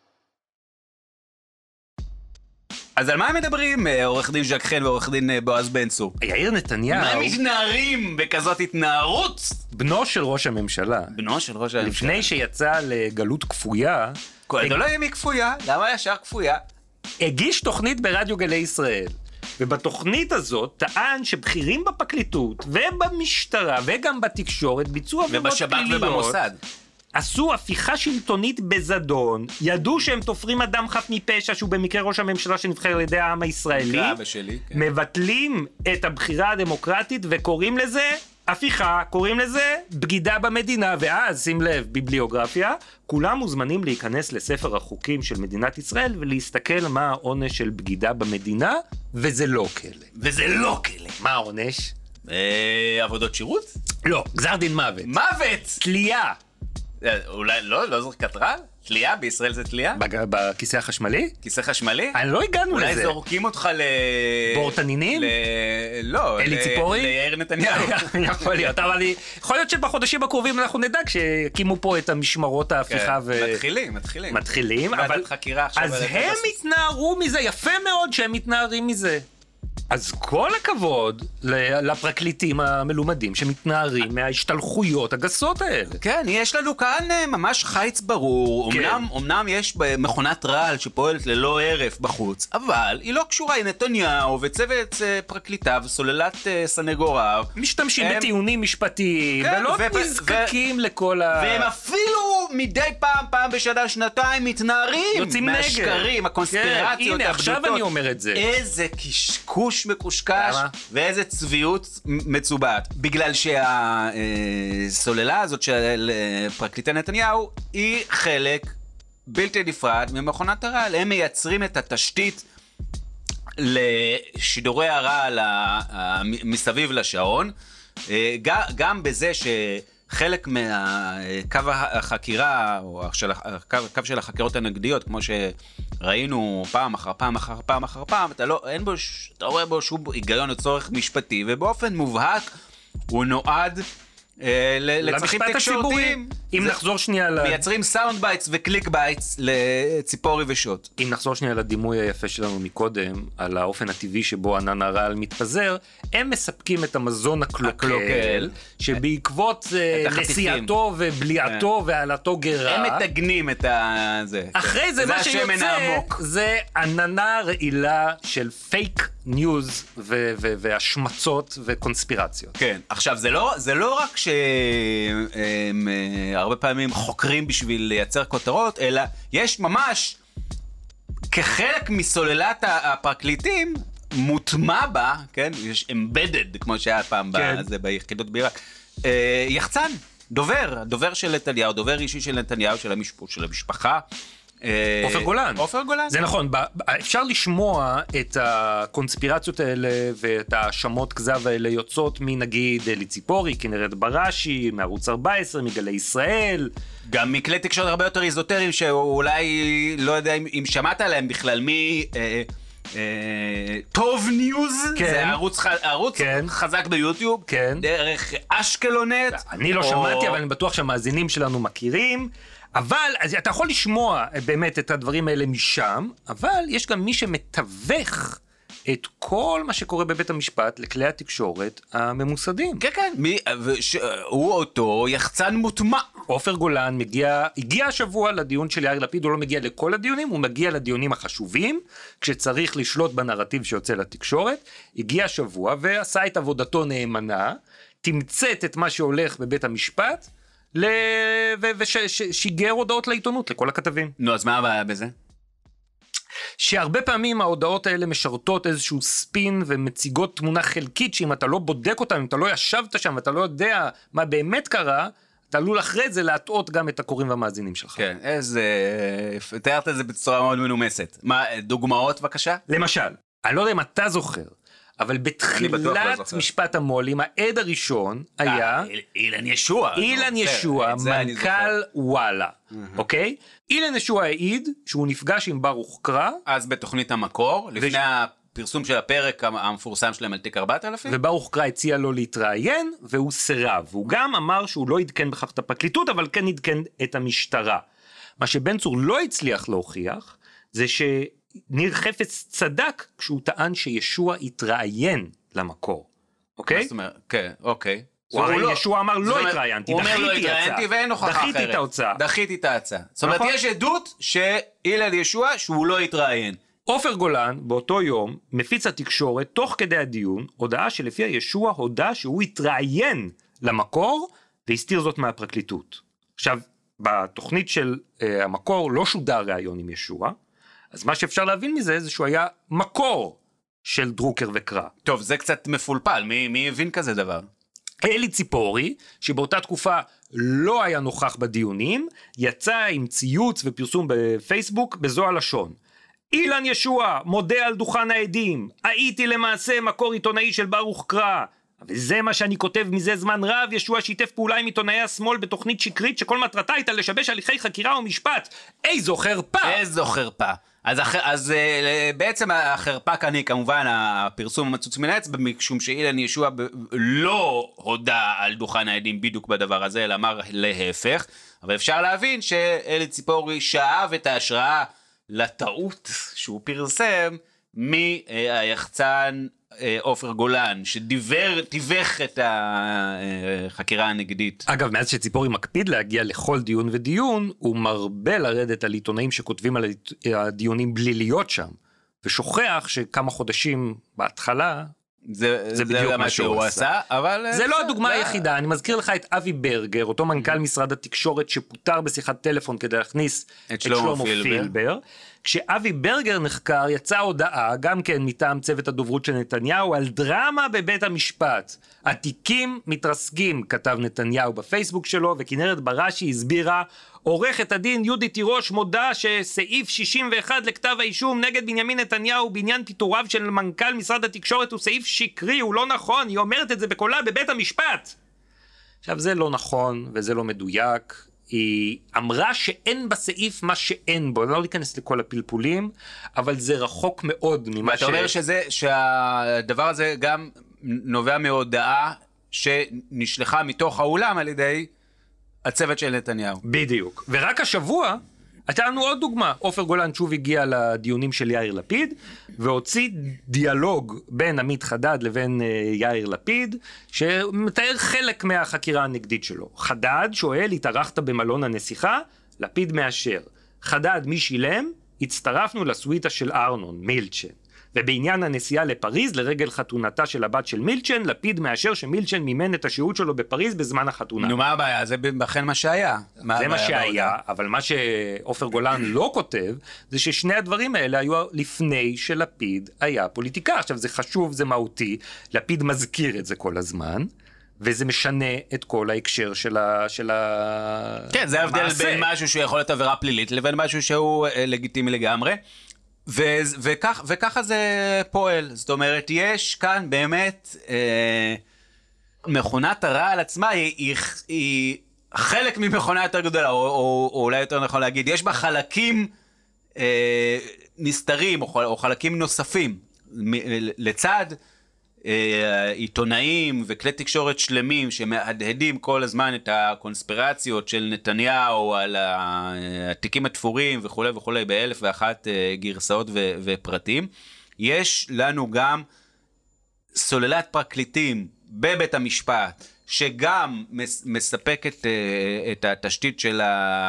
אז על מה הם מדברים, עורך דין ז'ק חן ועורך דין בועז בן צור? יאיר נתניהו... מה הם מתנערים בכזאת התנערות? בנו של ראש הממשלה. בנו של ראש הממשלה. לפני שיצא לגלות כפויה... זה לא יהיה מכפויה, למה ישר כפויה? הגיש תוכנית ברדיו גלי ישראל. ובתוכנית הזאת טען שבכירים בפרקליטות ובמשטרה וגם בתקשורת ביצעו עבירות פליליות. ובשב"כ ובמוסד. עשו הפיכה שלטונית בזדון, ידעו שהם תופרים אדם חף מפשע שהוא במקרה ראש הממשלה שנבחר על ידי העם הישראלי, בשלי, כן. מבטלים את הבחירה הדמוקרטית וקוראים לזה הפיכה, קוראים לזה בגידה במדינה, ואז, שים לב, ביבליוגרפיה, כולם מוזמנים להיכנס לספר החוקים של מדינת ישראל ולהסתכל מה העונש של בגידה במדינה, וזה לא כלא. וזה לא כלא. מה העונש? אה, עבודות שירות? לא, גזר דין מוות. מוות! תלייה. אולי לא, לא זרקת רעל? תלייה? בישראל זה תלייה? בכיסא החשמלי? כיסא חשמלי? אני לא הגענו לזה. אולי זורקים אותך ל... בור תנינים? לא. אלי ציפורי? ליאיר נתניהו. יכול להיות, אבל יכול להיות שבחודשים הקרובים אנחנו נדע כשהקימו פה את המשמרות ההפיכה ו... מתחילים, מתחילים. מתחילים, אבל... אז הם התנערו מזה, יפה מאוד שהם מתנערים מזה. אז כל הכבוד לפרקליטים המלומדים שמתנערים מההשתלחויות הגסות האלה. כן, יש לנו כאן ממש חיץ ברור. כן. אמנם, אמנם יש מכונת רעל שפועלת ללא הרף בחוץ, אבל היא לא קשורה עם נתניהו וצוות פרקליטיו, סוללת סנגוריו. משתמשים הם... בטיעונים משפטיים, כן, ולא ו... נזקקים ו... לכל ה... והם אפילו מדי פעם, פעם בשנה, שנתיים מתנערים מהשקרים, הקונספירציות, כן, הנה, עכשיו אני אומר את זה. איזה קשקוש מקושקש, ואיזה צביעות מצובעת. בגלל שהסוללה הזאת של פרקליטי נתניהו היא חלק בלתי נפרד ממכונת הרעל. הם מייצרים את התשתית לשידורי הרעל מסביב לשעון, גם בזה שחלק מהקו החקירה, או הקו של החקירות הנגדיות, כמו שראינו פעם אחר פעם אחר פעם אחר פעם, אתה לא, אין בו, אתה רואה בו שום היגיון או צורך משפטי, ובאופן מובהק הוא נועד לצרכים תקשורתיים. אם נחזור שנייה ל... מייצרים סאונד בייטס וקליק בייטס לציפורי ושוט. אם נחזור שנייה לדימוי היפה שלנו מקודם, על האופן הטבעי שבו ענן הרעל מתפזר, הם מספקים את המזון הקלוקל, שבעקבות נסיעתו ובליעתו ועלתו גרה, הם מתגנים את זה. אחרי זה מה שיוצא, זה עננה רעילה של פייק ניוז והשמצות וקונספירציות. כן, עכשיו זה לא, זה לא רק שהם הרבה פעמים חוקרים בשביל לייצר כותרות, אלא יש ממש, כחלק מסוללת הפרקליטים, מוטמע בה, כן, יש embedded, כמו שהיה פעם כן. בזה, ביחידות בעיראק, יחצן, דובר, דובר של נתניהו, דובר אישי של נתניהו, של, המשפ... של המשפחה, עופר גולן. עופר גולן. זה נכון, אפשר לשמוע את הקונספירציות האלה ואת האשמות כזב האלה יוצאות מנגיד אלי ציפורי, כנרת בראשי, מערוץ ארבע עשרה, מגלי ישראל. גם מכלי תקשורת הרבה יותר איזוטריים שאולי לא יודע אם, אם שמעת עליהם בכלל, מי... אה, טוב ניוז, כן. זה ערוץ, ערוץ כן. חזק ביוטיוב, כן. דרך אשקלונט. אני לא או... שמעתי, אבל אני בטוח שהמאזינים שלנו מכירים. אבל, אז אתה יכול לשמוע באמת את הדברים האלה משם, אבל יש גם מי שמתווך את כל מה שקורה בבית המשפט לכלי התקשורת הממוסדים. כן, כן, מי, וש... הוא אותו יחצן מוטמע. עופר גולן מגיע, הגיע השבוע לדיון של יאיר לפיד, הוא לא מגיע לכל הדיונים, הוא מגיע לדיונים החשובים, כשצריך לשלוט בנרטיב שיוצא לתקשורת, הגיע השבוע ועשה את עבודתו נאמנה, תמצאת את מה שהולך בבית המשפט, ל... ושיגר הודעות לעיתונות, לכל הכתבים. נו, אז מה הבעיה בזה? שהרבה פעמים ההודעות האלה משרתות איזשהו ספין ומציגות תמונה חלקית, שאם אתה לא בודק אותם, אם אתה לא ישבת שם ואתה לא יודע מה באמת קרה, אתה עלול אחרי זה להטעות גם את הקוראים והמאזינים שלך. כן, איזה... תיארת את זה בצורה מאוד מנומסת. מה, דוגמאות בבקשה? למשל, אני לא יודע אם אתה זוכר, אבל בתחילת משפט המו"לים, העד הראשון היה... אילן ישוע. אילן ישוע, מנכ"ל וואלה, אוקיי? אילן ישוע העיד שהוא נפגש עם ברוך קרא. אז בתוכנית המקור, לפני הפרסום של הפרק המפורסם שלהם על תיק ארבעת אלפים. וברוך קרא הציע לו להתראיין, והוא סירב. והוא גם אמר שהוא לא ידכן בכך את הפרקליטות, אבל כן ידכן את המשטרה. מה שבן צור לא הצליח להוכיח, זה ש... ניר חפץ צדק כשהוא טען שישוע התראיין למקור, אוקיי? זאת אומרת, כן, אוקיי. הוא הרי ישוע אמר לא התראיינתי, דחיתי הצעה. דחיתי את ההוצאה. דחיתי את ההצעה. זאת אומרת, יש עדות שאילן ישוע שהוא לא התראיין. עופר גולן באותו יום מפיץ התקשורת תוך כדי הדיון הודעה שלפיה ישוע הודע שהוא התראיין למקור והסתיר זאת מהפרקליטות. עכשיו, בתוכנית של uh, המקור לא שודר ראיון עם ישוע, אז מה שאפשר להבין מזה זה שהוא היה מקור של דרוקר וקרא. טוב, זה קצת מפולפל, מי, מי הבין כזה דבר? אלי ציפורי, שבאותה תקופה לא היה נוכח בדיונים, יצא עם ציוץ ופרסום בפייסבוק בזו הלשון. אילן ישוע מודה על דוכן העדים, הייתי למעשה מקור עיתונאי של ברוך קרא, וזה מה שאני כותב מזה זמן רב. ישוע שיתף פעולה עם עיתונאי השמאל בתוכנית שקרית שכל מטרתה הייתה לשבש הליכי חקירה ומשפט. איזו חרפה! איזו חרפה. אז, אז בעצם החרפה כאן היא כמובן הפרסום המצוץ מן האצבע, משום שאילן ישוע לא הודע על דוכן העדים בדיוק בדבר הזה, אלא אמר להפך. אבל אפשר להבין שאלי ציפורי שאב את ההשראה לטעות שהוא פרסם מהיחצן עופר גולן, שדיבר, תיווך את החקירה הנגדית. אגב, מאז שציפורי מקפיד להגיע לכל דיון ודיון, הוא מרבה לרדת על עיתונאים שכותבים על הדיונים בלי להיות שם, ושוכח שכמה חודשים בהתחלה, זה, זה בדיוק מה שהוא עשה, אבל... זה לא הדוגמה היחידה, אני מזכיר לך את אבי ברגר, אותו מנכ"ל משרד התקשורת שפוטר בשיחת טלפון כדי להכניס את שלמה פילבר. כשאבי ברגר נחקר, יצאה הודעה, גם כן מטעם צוות הדוברות של נתניהו, על דרמה בבית המשפט. התיקים מתרסקים, כתב נתניהו בפייסבוק שלו, וכנרת בראשי הסבירה, עורכת הדין יהודית תירוש מודה שסעיף שישים ואחת לכתב האישום נגד בנימין נתניהו בעניין פיטוריו של מנכ"ל משרד התקשורת הוא סעיף שקרי, הוא לא נכון, היא אומרת את זה בקולה בבית המשפט. עכשיו זה לא נכון וזה לא מדויק, היא אמרה שאין בסעיף מה שאין בו, אני לא להיכנס לכל הפלפולים, אבל זה רחוק מאוד ממה ש... ואתה אומר שזה, שהדבר הזה גם נובע מהודעה שנשלחה מתוך האולם על ידי הצוות של נתניהו. בדיוק. ורק השבוע, הייתה לנו עוד דוגמה. עופר גולן שוב הגיע לדיונים של יאיר לפיד, והוציא דיאלוג בין עמית חדד לבין יאיר לפיד, שמתאר חלק מהחקירה הנגדית שלו. חדד שואל, התארחת במלון הנסיכה? לפיד מאשר. חדד, מי שילם? הצטרפנו לסוויטה של ארנון, מילצ'ן. ובעניין הנסיעה לפריז, לרגל חתונתה של הבת של מילצ'ן, לפיד מאשר שמילצ'ן מימן את השהות שלו בפריז בזמן החתונה. נו, מה הבעיה? זה בכן מה שהיה. זה מה שהיה, אבל מה שעופר גולן לא כותב, זה ששני הדברים האלה היו לפני שלפיד היה פוליטיקה. עכשיו, זה חשוב, זה מהותי, לפיד מזכיר את זה כל הזמן, וזה משנה את כל ההקשר של ה... של ה... כן, זה ההבדל בין משהו שיכול להיות עבירה פלילית, לבין משהו שהוא לגיטימי לגמרי. ו- וכך, וככה זה פועל. זאת אומרת, יש כאן באמת אה, מכונת הרעל עצמה, היא, היא, היא חלק ממכונה יותר גדולה, או, או, או אולי יותר נכון להגיד, יש בה חלקים אה, נסתרים או חלקים נוספים לצד עיתונאים וכלי תקשורת שלמים שמהדהדים כל הזמן את הקונספירציות של נתניהו על התיקים התפורים וכו' וכו' באלף ואחת גרסאות ופרטים. יש לנו גם סוללת פרקליטים בבית המשפט שגם מספקת את התשתית של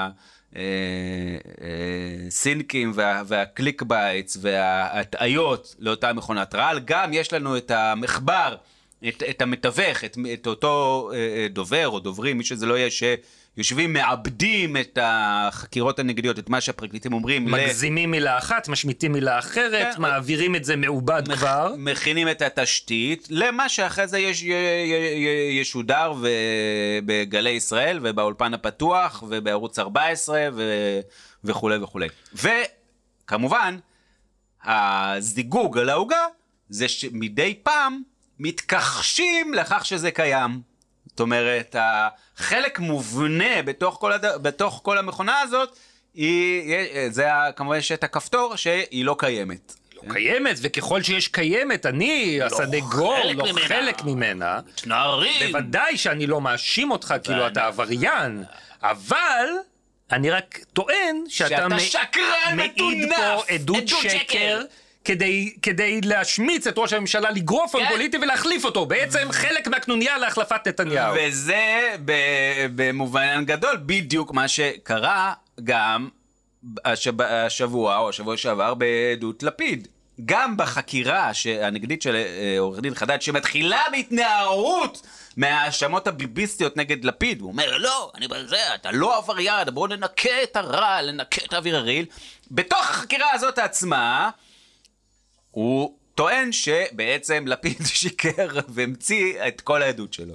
הסינקים והקליק בייטס וההטעיות לאותה מכונת רעל. גם יש לנו את המחבר, את, את המתווך, את, את אותו דובר או דוברים, מי שזה לא יהיה, שיושבים, מעבדים את החקירות הנגדיות, את מה שהפרקליטים אומרים. מגזימים מילה אחת, משמיטים מילה אחרת, כן. מעבירים את זה מעובד מח, כבר. מכינים את התשתית, למה שאחרי זה יש, ישודר בגלי ישראל ובאולפן הפתוח ובערוץ ארבע עשרה ו, וכו' וכו'. וכמובן, הזיגוג על ההוגה, זה שמדי פעם מתכחשים לכך שזה קיים. זאת אומרת, החלק מובנה בתוך כל, הד... בתוך כל המכונה הזאת, היא... זה כמובן יש את הכפתור שהיא לא קיימת. היא לא קיימת, וככל שיש קיימת, אני, לא הסנגור, לא ממנה. חלק ממנה. מתנערים. בוודאי שאני לא מאשים אותך, כאילו אתה עבריין, אבל אני רק טוען שאתה, שאתה מ... שקרן מעיד פה עדות שקר, שקר. כדי, כדי להשמיץ את ראש הממשלה, לגרוף על פוליטי ולהחליף אותו. בעצם חלק מהקנוניה להחלפת נתניהו. וזה במובן גדול בדיוק מה שקרה גם השבוע או השבוע שעבר בעדות לפיד. גם בחקירה הנגדית של עורך דין חדד, שמתחילה בהתנערות מהאשמות הביביסטיות נגד לפיד, הוא אומר, לא, אני בזה, אתה לא עבריין, בואו ננקה את הרע, לנקה את האוויר הרעיל. בתוך החקירה הזאת עצמה, הוא טוען שבעצם לפיד שיקר והמציא את כל העדות שלו.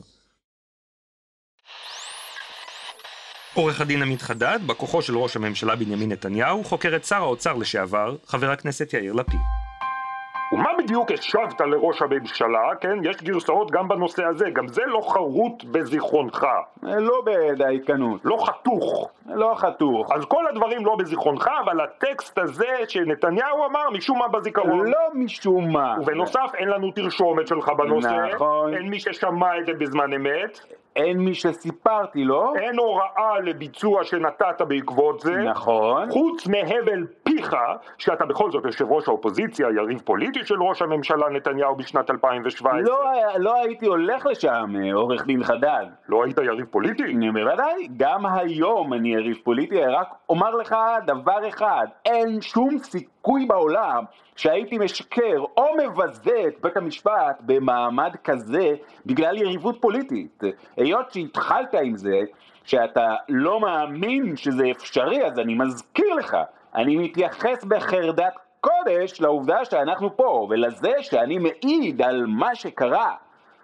עורך הדין עמית חדד, בכוחו של ראש הממשלה בנימין נתניהו, חוקר את שר האוצר לשעבר, חבר הכנסת יאיר לפיד. ומה בדיוק השבת לראש הממשלה, כן? יש גרסאות גם בנושא הזה, גם זה לא חרוט בזיכרונך. לא בדייקנות. לא חתוך. לא חתוך. אז כל הדברים לא בזיכרונך, אבל הטקסט הזה שנתניהו אמר משום מה בזיכרון. לא משום מה. ובנוסף אין לנו תרשומת שלך בנושא. נכון. אין מי ששמע את זה בזמן אמת. אין מי שסיפרתי לו. אין הוראה לביצוע שנתת בעקבות זה. נכון. חוץ מהבל פיך, שאתה בכל זאת יושב ראש האופוזיציה, יריב פוליטי של ראש הממשלה נתניהו בשנת אלפיים שבע עשרה. לא, לא הייתי הולך לשם, עורך דין חדד. לא היית יריב פוליטי? בוודאי, גם היום אני יריב פוליטי, רק אומר לך דבר אחד, אין שום סיכוי בעולם שהייתי משקר או מבזה את בית המשפט במעמד כזה בגלל יריבות פוליטית. היות שהתחלת עם זה, שאתה לא מאמין שזה אפשרי, אז אני מזכיר לך, אני מתייחס בחרדת קודש לעובדה שאנחנו פה, ולזה שאני מעיד על מה שקרה.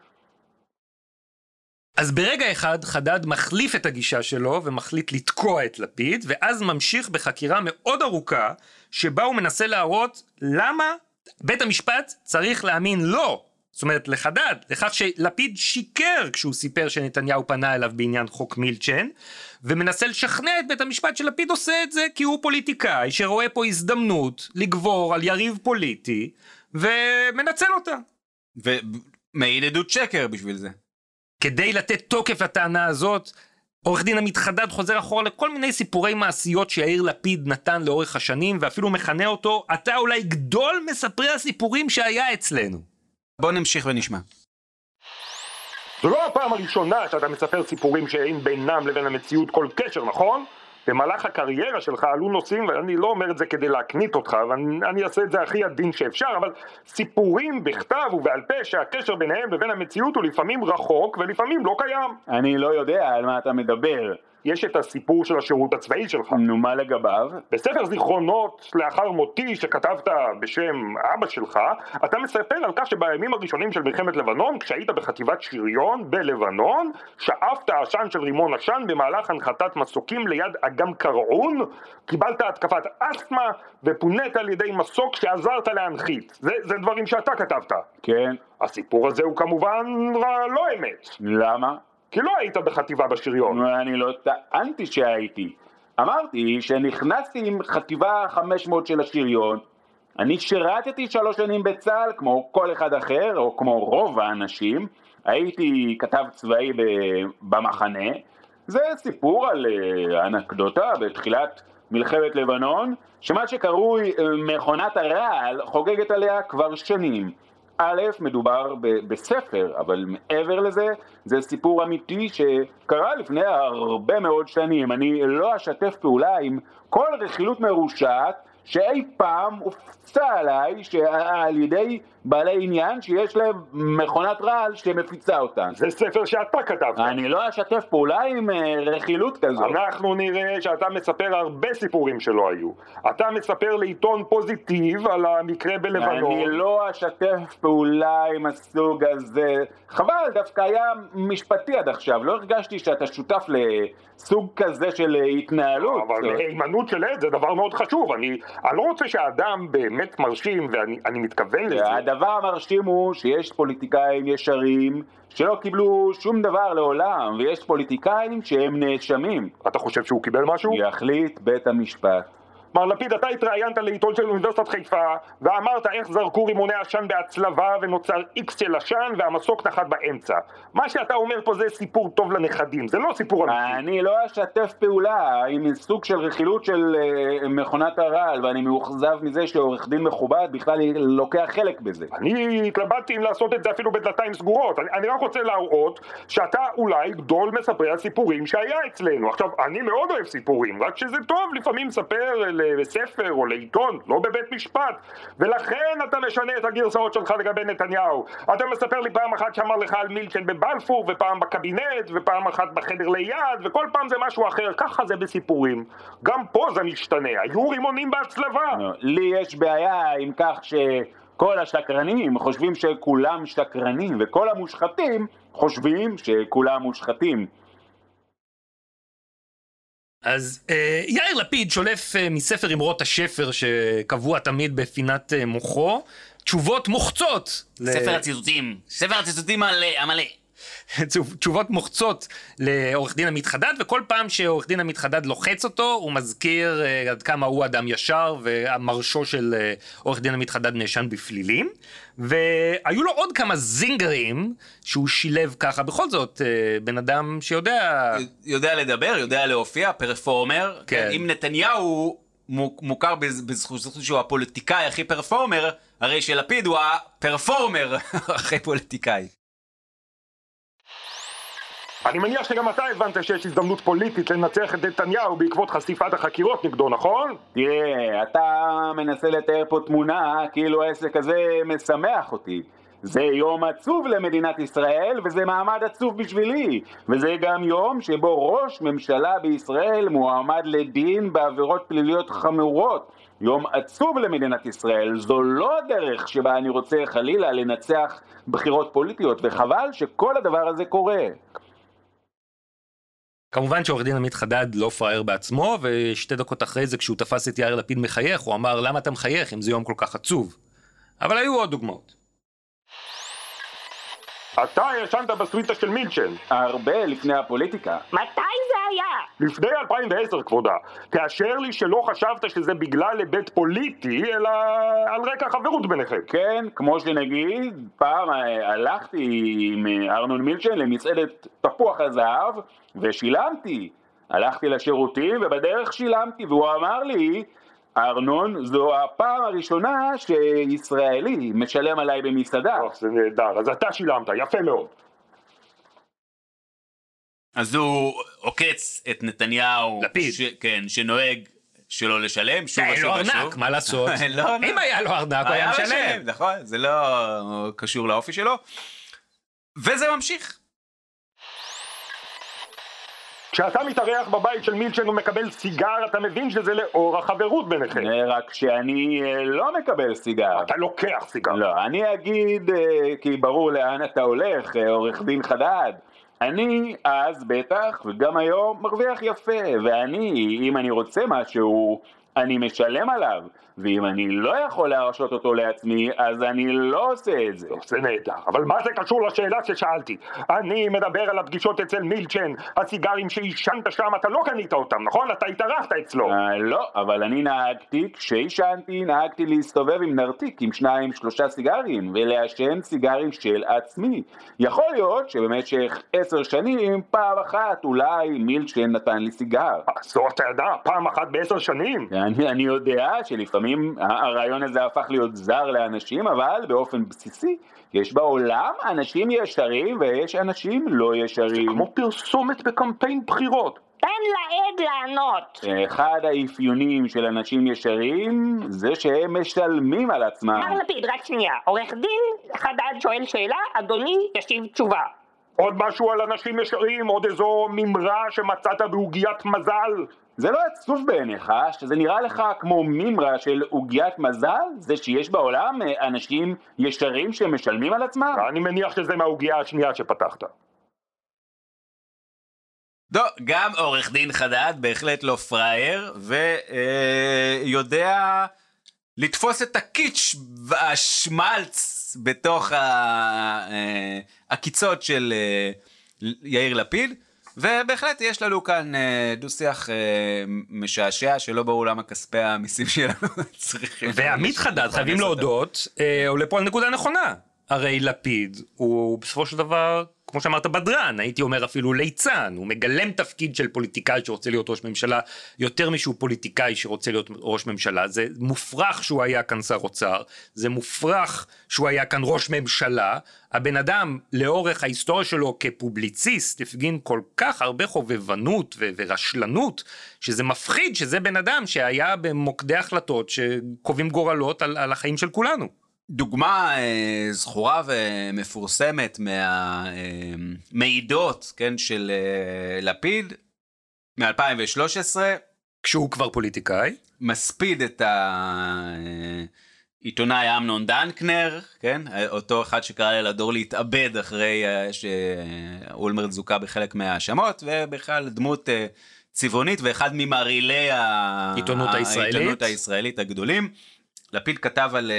אז ברגע אחד חדד מחליף את הגישה שלו ומחליט לתקוע את לפיד, ואז ממשיך בחקירה מאוד ארוכה, שבה הוא מנסה להראות למה בית המשפט צריך להאמין לו. זאת אומרת, לחדד, לכך שלפיד שיקר כשהוא סיפר שנתניהו פנה אליו בעניין חוק מילצ'ן, ומנסה לשכנע את בית המשפט שלפיד עושה את זה כי הוא פוליטיקאי שרואה פה הזדמנות לגבור על יריב פוליטי, ומנצל אותה. ומעיד עדות שקר בשביל זה. כדי לתת תוקף לטענה הזאת, עורך דין עמית חדד חוזר אחורה לכל מיני סיפורי מעשיות שיאיר לפיד נתן לאורך השנים, ואפילו מכנה אותו, אתה אולי גדול מספרי הסיפורים שהיה אצלנו. בוא נמשיך ונשמע. זו לא הפעם הראשונה שאתה מספר סיפורים שאין בינם לבין המציאות כל קשר, נכון? במהלך הקריירה שלך עלו נושאים, ואני לא אומר את זה כדי להקנית אותך, ואני אעשה את זה הכי עדין שאפשר, אבל סיפורים בכתב ובעל פה שהקשר ביניהם לבין המציאות הוא לפעמים רחוק ולפעמים לא קיים. אני לא יודע על מה אתה מדבר. יש את הסיפור של השירות הצבאי שלך. נו, מה לגביו? בספר זיכרונות לאחר מותי שכתבת בשם אבא שלך, אתה מספר על כך שבימים הראשונים של מלחמת לבנון, כשהיית בחטיבת שריון בלבנון, שאפת עשן של רימון עשן במהלך הנחתת מסוקים ליד אגם קרעון, קיבלת התקפת אסתמה ופונית על ידי מסוק שעזרת להנחית. זה, זה דברים שאתה כתבת. כן. הסיפור הזה הוא כמובן לא אמת. למה? כי לא היית בחטיבה בשריון. אני לא טענתי שהייתי. אמרתי שנכנסתי עם חטיבה חמש מאות של השריון, אני שירתתי שלוש שנים בצה"ל כמו כל אחד אחר, או כמו רוב האנשים, הייתי כתב צבאי במחנה, זה סיפור על אנקדוטה בתחילת מלחמת לבנון, שמה שקרוי מכונת הרעל חוגגת עליה כבר שנים. א', מדובר ב- בספר, אבל מעבר לזה, זה סיפור אמיתי שקרה לפני הרבה מאוד שנים. אני לא אשתף פעולה עם כל רכילות מרושעת שאי פעם הופצה עליי שעל ידי בעלי עניין שיש להם מכונת רעל שמפיצה אותן. זה ספר שאתה כתבת. אני לא אשתף פעולה עם רכילות כזו. אנחנו נראה שאתה מספר הרבה סיפורים שלא היו. אתה מספר לעיתון פוזיטיב על המקרה בלבנון. אני לא אשתף פעולה עם הסוג הזה. חבל, דווקא היה משפטי עד עכשיו. לא הרגשתי שאתה שותף לסוג כזה של התנהלות. אבל הימנעות של עד זה דבר מאוד חשוב. אני, אני לא רוצה שהאדם באמת מרשים, ואני אני מתכוון לזה. הדבר המרשים הוא שיש פוליטיקאים ישרים שלא קיבלו שום דבר לעולם, ויש פוליטיקאים שהם נאשמים. אתה חושב שהוא קיבל משהו? יחליט בית המשפט. מר לפיד, אתה התראיינת לעיתון של אוניברסיטת חיפה ואמרת איך זרקו רימוני עשן בהצלבה ונוצר איקס של עשן והמסוק נחת באמצע. מה שאתה אומר פה זה סיפור טוב לנכדים, זה לא סיפור אמיתי. אני לא אשתף פעולה עם סוג של רכילות של uh, מכונת הרעל, ואני מאוכזב מזה שעורך דין מכובד בכלל לוקח חלק בזה. אני התלבטתי אם לעשות את זה אפילו בדלתיים סגורות. אני, אני רק רוצה להראות שאתה אולי גדול מספרי הסיפורים שהיה אצלנו. עכשיו, אני מאוד אוהב סיפורים, רק שזה טוב לפעמים לספר לספר או לעיתון, לא בבית משפט, ולכן אתה משנה את הגרסאות שלך לגבי נתניהו. אתה מספר לי פעם אחת שאמר לך על מילצ'ן בבלפור, ופעם בקבינט, ופעם אחת בחדר ליד, וכל פעם זה משהו אחר. ככה זה בסיפורים. גם פה זה משתנה. היו רימונים בהצלבה. לי יש בעיה עם כך שכל השקרנים חושבים שכולם שקרנים, וכל המושחתים חושבים שכולם מושחתים. אז אה, יאיר לפיד שולף אה, מספר אמרות השפר שקבוע תמיד בפינת אה, מוחו, תשובות מוחצות. ספר ל... הציטוטים, ספר הציטוטים המלא. תשובות מוחצות לעורך דין עמית חדד, וכל פעם שעורך דין עמית חדד לוחץ אותו, הוא מזכיר uh, עד כמה הוא אדם ישר, והמרשו של uh, עורך דין עמית חדד נאשם בפלילים, והיו לו עוד כמה זינגרים שהוא שילב ככה, בכל זאת, uh, בן אדם שיודע... יודע לדבר, יודע להופיע, פרפורמר, כן. אם נתניהו מוכר בזכות שהוא הפוליטיקאי הכי פרפורמר, הרי שלפיד הוא הפרפורמר הכי פוליטיקאי. אני מניח שגם אתה הבנת שיש הזדמנות פוליטית לנצח את נתניהו בעקבות חשיפת החקירות נגדו, נכון? תראה, אתה מנסה לתאר פה תמונה כאילו העסק הזה משמח אותי. זה יום עצוב למדינת ישראל וזה מעמד עצוב בשבילי, וזה גם יום שבו ראש ממשלה בישראל מועמד לדין בעבירות פליליות חמורות. יום עצוב למדינת ישראל, זו לא הדרך שבה אני רוצה חלילה לנצח בחירות פוליטיות, וחבל שכל הדבר הזה קורה. כמובן שעורך דין עמית חדד לא פראייר בעצמו, ושתי דקות אחרי זה כשהוא תפס את יאיר לפיד מחייך, הוא אמר למה אתה מחייך אם זה יום כל כך עצוב. אבל היו עוד דוגמאות. אתה ישנת בסוויטה של מילצ'ן. הרבה לפני הפוליטיקה. מתי זה היה? לפני אלפיים ועשר כבודה. תאשר לי שלא חשבת שזה בגלל היבט פוליטי, אלא על רקע חברות ביניכם. כן, כמו שנגיד, פעם הלכתי עם ארנון מילצ'ן למצעדת תפוח הזהב, ושילמתי. הלכתי לשירותים ובדרך שילמתי, והוא אמר לי, ארנון, זו הפעם הראשונה שישראלי משלם עליי במסעדה. זה נהדר, אז אתה שילמת, יפה מאוד. אז הוא עוקץ את נתניהו, לפיד. ש... כן, שנוהג שלא לשלם, שוב אין ושוב לו ושוב. ארנק, מה לעשות? לא, אם היה לו ארנק, הוא היה משלם. נכון, זה לא קשור לאופי שלו. וזה ממשיך. כשאתה מתארח בבית של מילצ'ן ומקבל סיגר, אתה מבין שזה לאור החברות ביניכם. רק שאני לא מקבל סיגר. אתה לוקח סיגר. לא, אני אגיד, כי ברור לאן אתה הולך, עורך דין חדד. אני אז בטח, וגם היום, מרוויח יפה, ואני, אם אני רוצה משהו, אני משלם עליו, ואם אני לא יכול להרשות אותו לעצמי, אז אני לא עושה את זה. זה נהדר, אבל מה זה קשור לשאלה ששאלתי? אני מדבר על הפגישות אצל מילצ'ן, הסיגרים שעישנת שם, אתה לא קנית אותם, נכון? אתה התארחת אצלו. אה, לא, אבל אני נהגתי, כשעישנתי, נהגתי להסתובב עם נרתיק, עם שניים, שלושה סיגרים, ולעשן סיגרים של עצמי. יכול להיות שבמשך עשר שנים, פעם אחת, אולי מילצ'ן נתן לי סיגר. זו אתה יודע, פעם אחת בעשר שנים? אני, אני יודע שלפעמים הרעיון הזה הפך להיות זר לאנשים, אבל באופן בסיסי, יש בעולם אנשים ישרים ויש אנשים לא ישרים. זה כמו פרסומת בקמפיין בחירות. תן לעד לענות. אחד האפיונים של אנשים ישרים זה שהם משלמים על עצמם. מר לפיד, רק שנייה. עורך דין חדד שואל שאלה, אדוני ישיב תשובה. עוד משהו על אנשים ישרים? עוד איזו ממרה שמצאת בעוגיית מזל? זה לא עצוב בעיניך, שזה נראה לך כמו ממרה של עוגיית מזל? זה שיש בעולם אנשים ישרים שמשלמים על עצמם? אני מניח שזה מהעוגייה השנייה שפתחת. לא, גם עורך דין חדד, בהחלט לא פרייר, ויודע לתפוס את הקיץ' והשמלץ בתוך הקיצות של יאיר לפיד, ובהחלט יש לנו כאן דו-שיח משעשע שלא ברור למה כספי המיסים שלנו צריכים. ועמית חדד, חייבים להודות, עולה פה על נקודה נכונה. הרי לפיד הוא בסופו של דבר, כמו שאמרת, בדרן, הייתי אומר אפילו ליצן, הוא מגלם תפקיד של פוליטיקאי שרוצה להיות ראש ממשלה, יותר משהו פוליטיקאי שרוצה להיות ראש ממשלה. זה מופרך שהוא היה כאן שר אוצר, זה מופרך שהוא היה כאן ראש ממשלה. הבן אדם לאורך ההיסטוריה שלו כפובליציסט הפגין כל כך הרבה חובבנות ו- ורשלנות, שזה מפחיד שזה בן אדם שהיה במוקדי החלטות שקובעים גורלות על, על החיים של כולנו. דוגמה אה, זכורה ומפורסמת מהמעידות, אה, כן, של אה, לפיד מ-אלפיים ושלוש עשרה, כשהוא כבר פוליטיקאי, מספיד את העיתונאי אמנון דנקנר, כן, אותו אחד שקרא לילדור להתאבד אחרי אה, שאולמרט זוכה בחלק מההאשמות, ובכלל דמות אה, צבעונית ואחד ממערילי העיתונות הישראלית. העיתונות הישראלית הגדולים. לפיד כתב על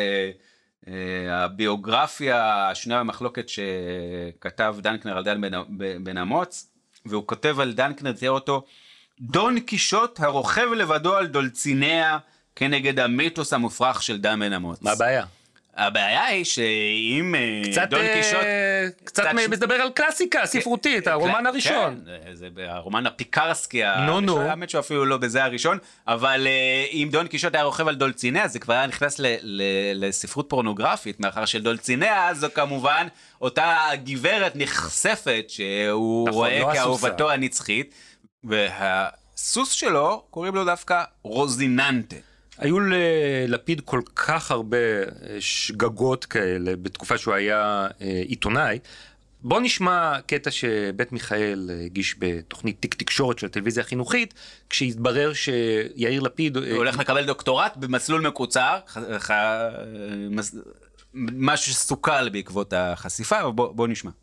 הביוגרפיה השנויה במחלוקת שכתב דנקנר על דן בן אמוץ, והוא כותב על דנקנר, תראה אותו, דון קישוט הרוכב לבדו על דולציניה כנגד המיתוס המופרך של דן בן אמוץ. מה הבעיה? הבעיה היא שאם קצת, דון קישוט... קצת, קצת מדבר על קלאסיקה ספרותית, הרומן הראשון. כן, זה הרומן הפיקרסקי, נו נו. האמת שהוא אפילו לא בזה הראשון, אבל אם דון קישוט היה רוכב על דולציניה, זה כבר היה נכנס לספרות פורנוגרפית, מאחר של דולציניה, זו כמובן אותה גברת נחשפת, שהוא רואה כאהובתו הנצחית, והסוס שלו קוראים לו דווקא רוזיננטה. היו ללפיד כל כך הרבה שגגות כאלה בתקופה שהוא היה עיתונאי. בוא נשמע קטע שבית מיכאל הגיש בתוכנית תיק תקשורת של הטלוויזיה החינוכית, כשהתברר שיאיר לפיד... הוא הולך לקבל דוקטורט במסלול מקוצר, משהו שסוכל בעקבות החשיפה, אבל בוא, בוא נשמע.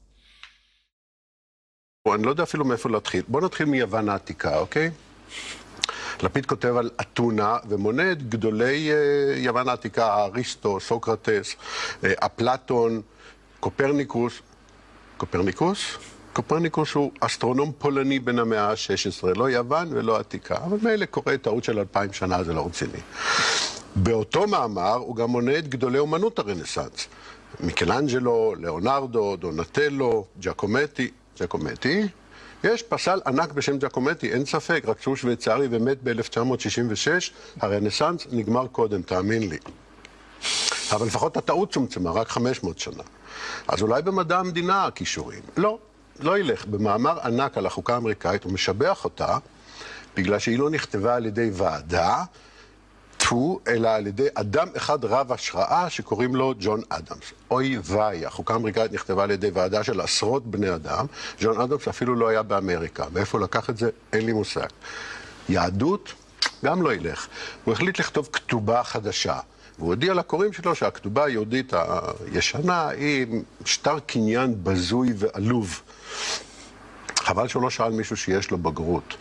אני לא יודע אפילו מאיפה להתחיל. בוא נתחיל מיוון העתיקה, אוקיי? לפיד כותב על אתונה ומונה את גדולי יוון העתיקה, אריסטו, סוקרטס, אפלטון, קופרניקוס. קופרניקוס? קופרניקוס הוא אסטרונום פולני בן המאה ה-שש עשרה, לא יוון ולא עתיקה, אבל מילא קורא טעות של אלפיים שנה, זה לא רציני. באותו מאמר הוא גם מונה את גדולי אומנות הרנסנס. מיקלאנג'לו, ליאונרדו, דונטלו, ג'קומטי, ג'קומטי. יש פסל ענק בשם ג'קומטי, אין ספק, רק שהוא שוויצרי ומת ב-אלף תשע מאות שישים ושש, הרנסנס נגמר קודם, תאמין לי. אבל לפחות הטעות צומצמה, רק חמש מאות שנה. אז אולי במדע המדינה הכישורים. לא, לא ילך. במאמר ענק על החוקה האמריקאית הוא משבח אותה, בגלל שהיא לא נכתבה על ידי ועדה, טו, אלא על ידי אדם אחד רב השראה שקוראים לו ג'ון אדמס. אוי ויי, החוקה האמריקאית נכתבה על ידי ועדה של עשרות בני אדם, ג'ון אדמס אפילו לא היה באמריקה. מאיפה לקח את זה? אין לי מושג. יהדות? גם לא ילך. הוא החליט לכתוב כתובה חדשה. והוא הודיע לקוראים שלו שהכתובה היהודית הישנה היא שטר קניין בזוי ועלוב. חבל שהוא לא שאל מישהו שיש לו בגרות. כי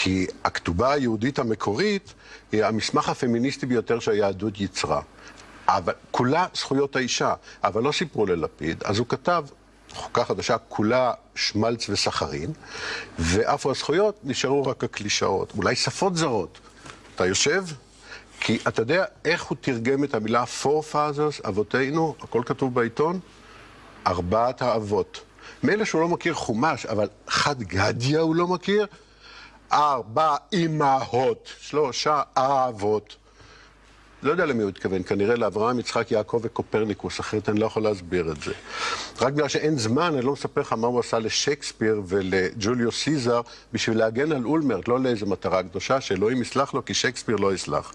כי הכתובה היהודית המקורית היא המסמך הפמיניסטי ביותר שהיהדות יצרה. אבל כולה זכויות האישה, אבל לא סיפרו ללפיד, אז הוא כתב חוקה חדשה, כולה שמלץ וסחרין, ואף הזכויות נשארו רק הקלישאות, אולי שפות זרות. אתה יושב? כי אתה יודע איך הוא תרגם את המילה forefathers, אבותינו, הכל כתוב בעיתון, ארבעת האבות. מילא שהוא לא מכיר חומש, אבל חד גדיה הוא לא מכיר, ארבע אמהות, שלושה אבות. לא יודע למי הוא התכוון, כנראה לאברהם, יצחק, יעקב וקופרניקוס, אחרת אני לא יכול להסביר את זה. רק בגלל שאין זמן, אני לא מספר לך מה הוא עשה לשייקספיר ולג'וליוס סיזר, בשביל להגן על אולמרט, לא לאיזו מטרה קדושה, שאלוהים יסלח לו, כי שייקספיר לא יסלח.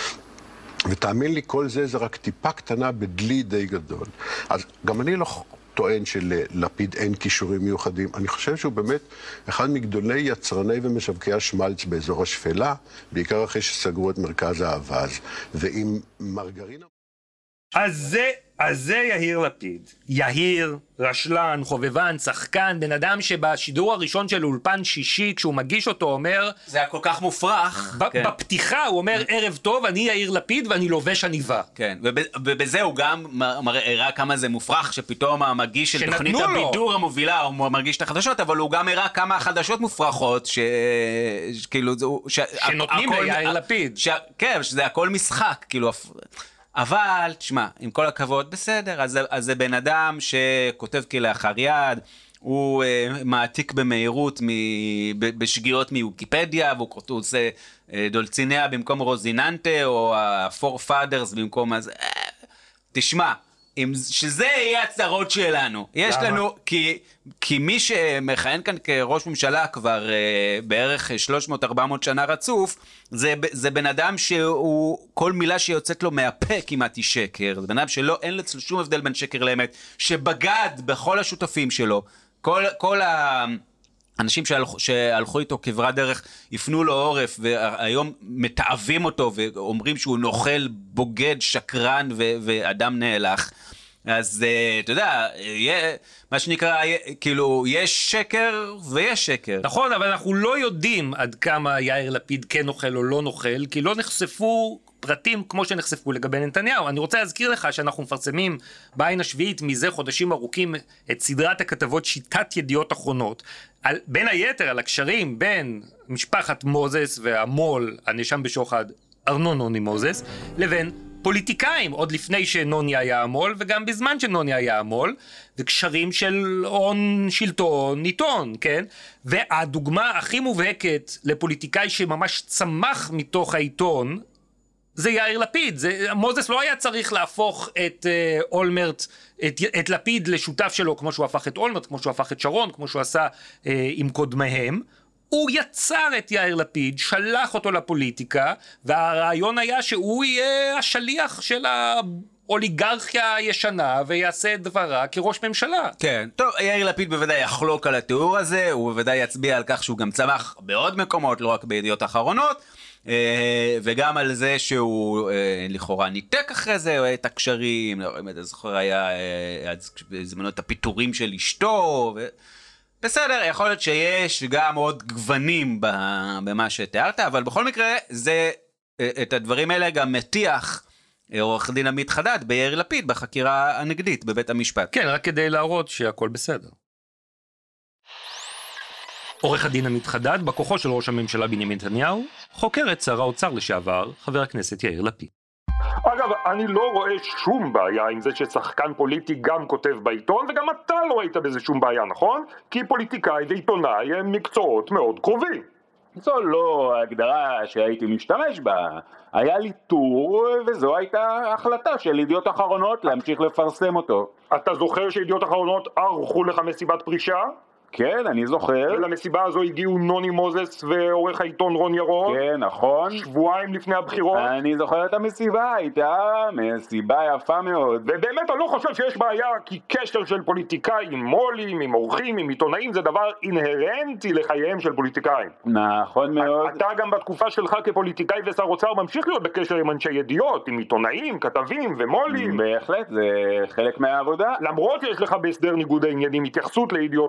ותאמין לי, כל זה זה רק טיפה קטנה בדלי די גדול. אז גם אני לא טוען שללפיד אין כישורים מיוחדים. אני חושב שהוא באמת אחד מגדולי יצרני ומשווקי השמלץ באזור השפלה, בעיקר אחרי שסגרו את מרכז האבז. ועם מרגרינה... אז זה, אז זה יאיר לפיד. יאיר, רשלן, חובבן, שחקן, בן אדם שבשידור הראשון של אולפן שישי, כשהוא מגיש אותו, אומר... זה היה כל כך מופרך. ב- כן. בפתיחה הוא אומר, ערב טוב, אני יאיר לפיד ואני לובש עניבה. כן, ובזה הוא גם הראה כמה זה מופרך, שפתאום המגיש של תוכנית הבידור המובילה, הוא מרגיש את החדשות, אבל הוא גם הראה כמה החדשות מופרכות, ש... כאילו... ש... שנותנים הכל... ליאיר לפיד. ש... כן, שזה הכל משחק, כאילו... אבל, תשמע, עם כל הכבוד, בסדר, אז, אז זה בן אדם שכותב כלאחר יד, הוא uh, מעתיק במהירות, מ, ב, בשגיאות מוויקיפדיה, והוא עושה uh, דולציניה במקום רוזיננטה, או ה-Forefathers במקום אז... Uh, תשמע, אם, שזה יהיה הצרות שלנו. יש למה? לנו, כי, כי מי שמכהן כאן כראש ממשלה כבר uh, בערך שלוש מאות ארבע מאות שנה רצוף, זה, זה בן אדם שהוא, כל מילה שיוצאת לו מהפה כמעט היא שקר. זה בן אדם שלא, אין לו שום הבדל בין שקר לאמת, שבגד בכל השותפים שלו, כל, כל האנשים שהלכו, שהלכו איתו כברת דרך, יפנו לו עורף, והיום מתאבים אותו, ואומרים שהוא נוכל, בוגד, שקרן ו, ואדם נאלח. אז אתה יודע, מה שנקרא, כאילו, יש שקר ויש שקר. נכון, אבל אנחנו לא יודעים עד כמה יאיר לפיד כן נוכל או לא נוכל, כי לא נחשפו פרטים כמו שנחשפו לגבי נתניהו. אני רוצה להזכיר לך שאנחנו מפרסמים בעין השביעית מזה חודשים ארוכים את סדרת הכתבות שיטת ידיעות אחרונות, על, בין היתר על הקשרים בין משפחת מוזס והמול, הנאשם בשוחד, ארנון נוני מוזס, לבין פוליטיקאים, עוד לפני שנוני היה המול, וגם בזמן שנוני היה המול, וקשרים של הון שלטון ניתון, כן? והדוגמה הכי מובהקת לפוליטיקאי שממש צמח מתוך העיתון, זה יאיר לפיד. זה, מוזס לא היה צריך להפוך את uh, אולמרט, את, את לפיד לשותף שלו, כמו שהוא הפך את אולמרט, כמו שהוא הפך את שרון, כמו שהוא עשה uh, עם קודמיהם. הוא יצר את יאיר לפיד, שלח אותו לפוליטיקה, והרעיון היה שהוא יהיה השליח של האוליגרכיה הישנה, ויעשה את דברה כראש ממשלה. כן, טוב, יאיר לפיד בוודאי יחלוק על התיאור הזה, הוא בוודאי יצביע על כך שהוא גם צמח בעוד מקומות, לא רק בידיעות אחרונות, וגם על זה שהוא לכאורה ניתק אחרי זה את הקשרים, אני זוכר היה זמנו את הפיטורים של אשתו, ו... בסדר, יכול להיות שיש גם עוד גוונים במה שתיארת, אבל בכל מקרה, זה, את הדברים האלה גם מטיח עורך דין עמית חדד ביאיר לפיד בחקירה הנגדית בבית המשפט. כן, רק כדי להראות שהכל בסדר. עורך הדין עמית חדד, בכוחו של ראש הממשלה בנימין נתניהו, חוקר את שר האוצר לשעבר, חבר הכנסת יאיר לפיד. אגב, אני לא רואה שום בעיה עם זה ששחקן פוליטי גם כותב בעיתון, וגם אתה לא ראית בזה שום בעיה, נכון? כי פוליטיקאי ועיתונאי הם מקצועות מאוד קרובים. זו לא הגדרה שהייתי משתמש בה. היה לי טור, וזו הייתה החלטה של ידיעות אחרונות להמשיך לפרסם אותו. אתה זוכר שידיעות אחרונות ערכו לך מסיבת פרישה? כן, אני זוכר. ולמסיבה הזו הגיעו נוני מוזס ועורך העיתון רון ירון. כן, נכון. שבועיים לפני הבחירות. אני זוכר את המסיבה, הייתה מסיבה יפה מאוד. ובאמת אני לא חושב שיש בעיה, כי קשר של פוליטיקאים עם מולים, עם עורכים, עם עיתונאים, זה דבר אינהרנטי לחייהם של פוליטיקאים. נכון מאוד. אתה גם בתקופה שלך כפוליטיקאי ושר אוצר ממשיך להיות בקשר עם אנשי ידיעות, עם עיתונאים, כתבים ומולים. בהחלט, זה חלק מהעבודה. למרות שיש לך בהסדר ניגוד העניינים התייחסות לידיעות אחרונות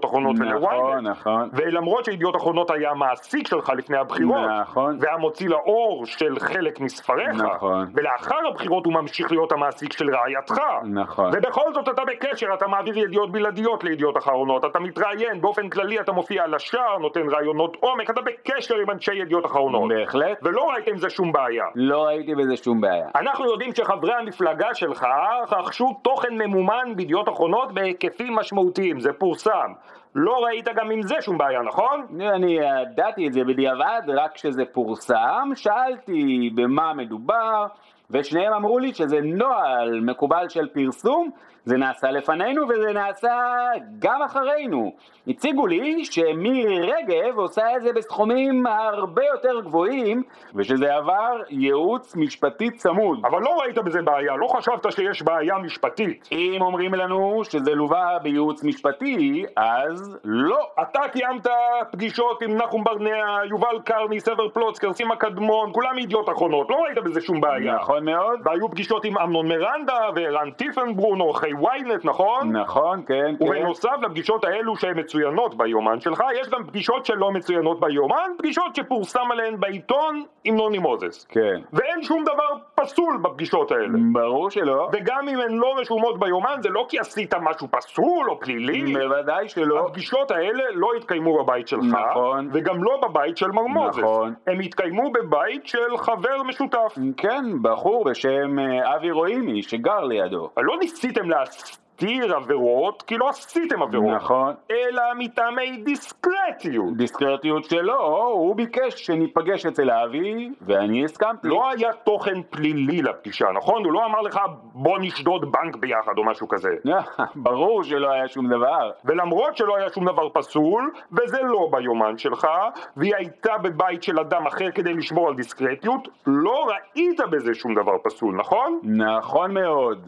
נכון, נכון. ולמרות שידיעות אחרונות היה המעסיק שלך לפני הבחירות, נכון. והמוציא לאור של חלק מספריך, נכון. ולאחר הבחירות הוא ממשיך להיות המעסיק של רעייתך. נכון. ובכל זאת אתה בקשר, אתה מעביר ידיעות בלעדיות לידיעות אחרונות, אתה מתראיין, באופן כללי אתה מופיע על השער, נותן רעיונות עומק, אתה בקשר עם אנשי ידיעות אחרונות. בהחלט. ולא ראיתם זה שום בעיה. לא ראיתי בזה שום בעיה. אנחנו יודעים שחברי המפלגה שלך רכשו תוכן ממומן בידיעות אחרונות בהיקפים משמעותיים, זה פורסם. לא ראית גם עם זה שום בעיה, נכון? אני ידעתי את זה בדיעבד, רק כשזה פורסם, שאלתי במה מדובר, ושניהם אמרו לי שזה נוהל מקובל של פרסום, זה נעשה לפנינו וזה נעשה גם אחרינו. הציגו לי שמירי רגב עושה את זה בסכומים הרבה יותר גבוהים, ושזה עבר ייעוץ משפטי צמוד. אבל לא ראית בזה בעיה, לא חשבת שיש בעיה משפטית. אם אומרים לנו שזה לווה בייעוץ משפטי, אז לא. אתה קיימת פגישות עם נחום ברנע, יובל קרני, סבר פלוצקר, סימה קדמון, כולם ידיעות אחרונות, לא ראית בזה שום בעיה. נכון מאוד. והיו פגישות עם אמנון מרנדה וערן טיפנברון, עורכי וויינט, נכון? נכון, כן, כן. ובנוסף לפגישות האלו שהן מצוינות ביומן שלך, יש גם פגישות שלא מצוינות ביומן, פגישות שפורסם עליהן בעיתון עם נוני מוזס. כן. ואין שום דבר פסול בפגישות האלה. ברור שלא. וגם אם הן לא רשומות ביומן, זה לא כי עשית משהו פסול או פלילי. בוודאי שלא. הפגישות האלה לא התקיימו בבית שלך. נכון. וגם לא בבית של מר מוזס. נכון. הם התקיימו בבית של חבר משותף. כן, בחור בשם אבי רוימי שגר לידו. לא ניסיתם להסתיר עבירות, כי לא עשיתם עבירות. נכון. אלא מטעמי דיסקרטיות. דיסקרטיות שלו, הוא ביקש שניפגש אצל אבי, ואני הסכמתי. לא היה תוכן פלילי לפגישה, נכון? הוא לא אמר לך בוא נשדוד בנק ביחד או משהו כזה. ברור שלא היה שום דבר. ולמרות שלא היה שום דבר פסול, וזה לא ביומן שלך, והיא הייתה בבית של אדם אחר כדי לשמור על דיסקרטיות, לא ראית בזה שום דבר פסול, נכון? נכון מאוד.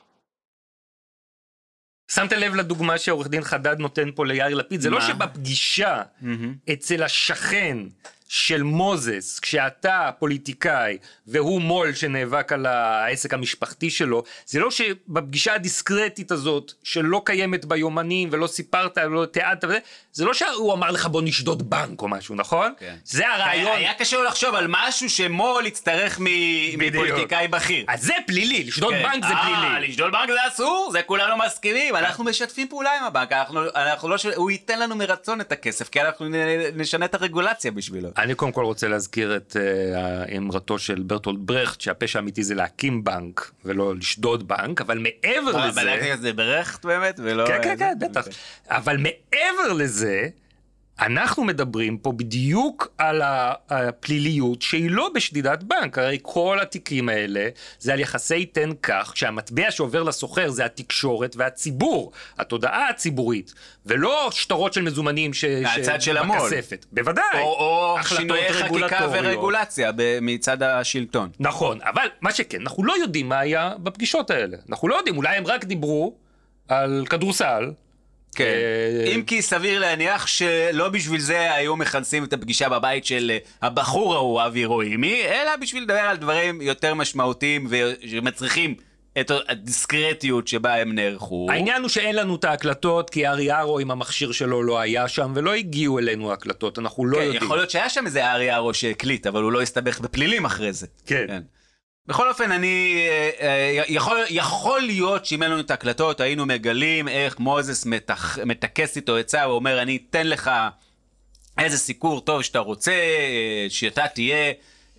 שמת לב לדוגמה שעורך דין חדד נותן פה ליאיר לפיד, זה לא שבפגישה אצל השכן של מוזס, כשאתה פוליטיקאי והוא מול שנאבק על העסק המשפחתי שלו, זה לא שבפגישה הדיסקרטית הזאת שלא קיימת ביומנים ולא סיפרת ולא תיעדת וזה, זה לא שהוא אמר לך בוא נשדוד בנק או משהו, נכון? כן. זה הרעיון. היה קשה לו לחשוב על משהו שמול יצטרך מפוליטיקאי בכיר. אז זה פלילי, לשדוד כן. בנק זה אה, פלילי. לשדוד בנק זה אסור, זה כולנו מסכימים, אנחנו משתפים פעולה עם הבנק, אנחנו, אנחנו לא, הוא ייתן לנו מרצון את הכסף, כי אנחנו נשנה את הרגולציה בשבילו. אני קודם כל רוצה להזכיר את uh, האמרתו של ברטולד ברכט, שהפשע האמיתי זה להקים בנק ולא לשדוד בנק, אבל מעבר לזה... אבל זה ברכט באמת ולא... כן, כן, כן, בטח. אבל מעבר לזה, אנחנו מדברים פה בדיוק על הפליליות שהיא לא בשדידת בנק, הרי כל התיקים האלה זה על יחסי תן כך, שהמטבע שעובר לסוחר זה התקשורת והציבור, התודעה הציבורית, ולא שטרות של מזומנים ש... מהצד של המול. בכספת. בוודאי. או, או שינויי חקיקה ורגולציה מצד השלטון. נכון, אבל מה שכן, אנחנו לא יודעים מה היה בפגישות האלה. אנחנו לא יודעים, אולי הם רק דיברו על כדורסל, כן, אם כי סביר להניח שלא בשביל זה היו מכנסים את הפגישה בבית של הבחור ההוא אבי רוימי, אלא בשביל לדבר על דברים יותר משמעותיים ומצריכים את הדיסקרטיות שבה הם נערכו. העניין הוא שאין לנו את ההקלטות, כי ארי ארו עם המכשיר שלו לא היה שם, ולא הגיעו אלינו ההקלטות, אנחנו לא כן, יודעים. יכול להיות שהיה שם איזה ארי ארו שהקליט, אבל הוא לא הסתבך בפלילים אחרי זה. כן. כן. בכל אופן, אני, יכול, יכול להיות שאם אין לנו את ההקלטות, היינו מגלים איך מוזס מתח, מתקס איתו עצה, הוא אומר, אני אתן לך איזה סיקור טוב שאתה רוצה, שאתה תהיה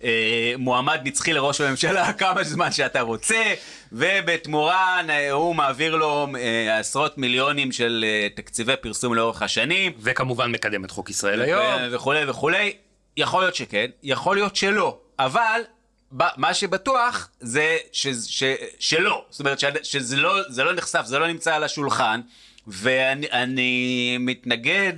מועמד נצחי לראש הממשלה כמה זמן שאתה רוצה, ובתמורה הוא מעביר לו עשרות מיליונים של תקציבי פרסום לאורך השנים. וכמובן מקדם את חוק ישראל היום. וכולי וכולי. יכול להיות שכן, יכול להיות שלא, אבל... מה שבטוח זה ש, ש, שלא, זאת אומרת שזה לא, זה לא נחשף, זה לא נמצא על השולחן, ואני אני מתנגד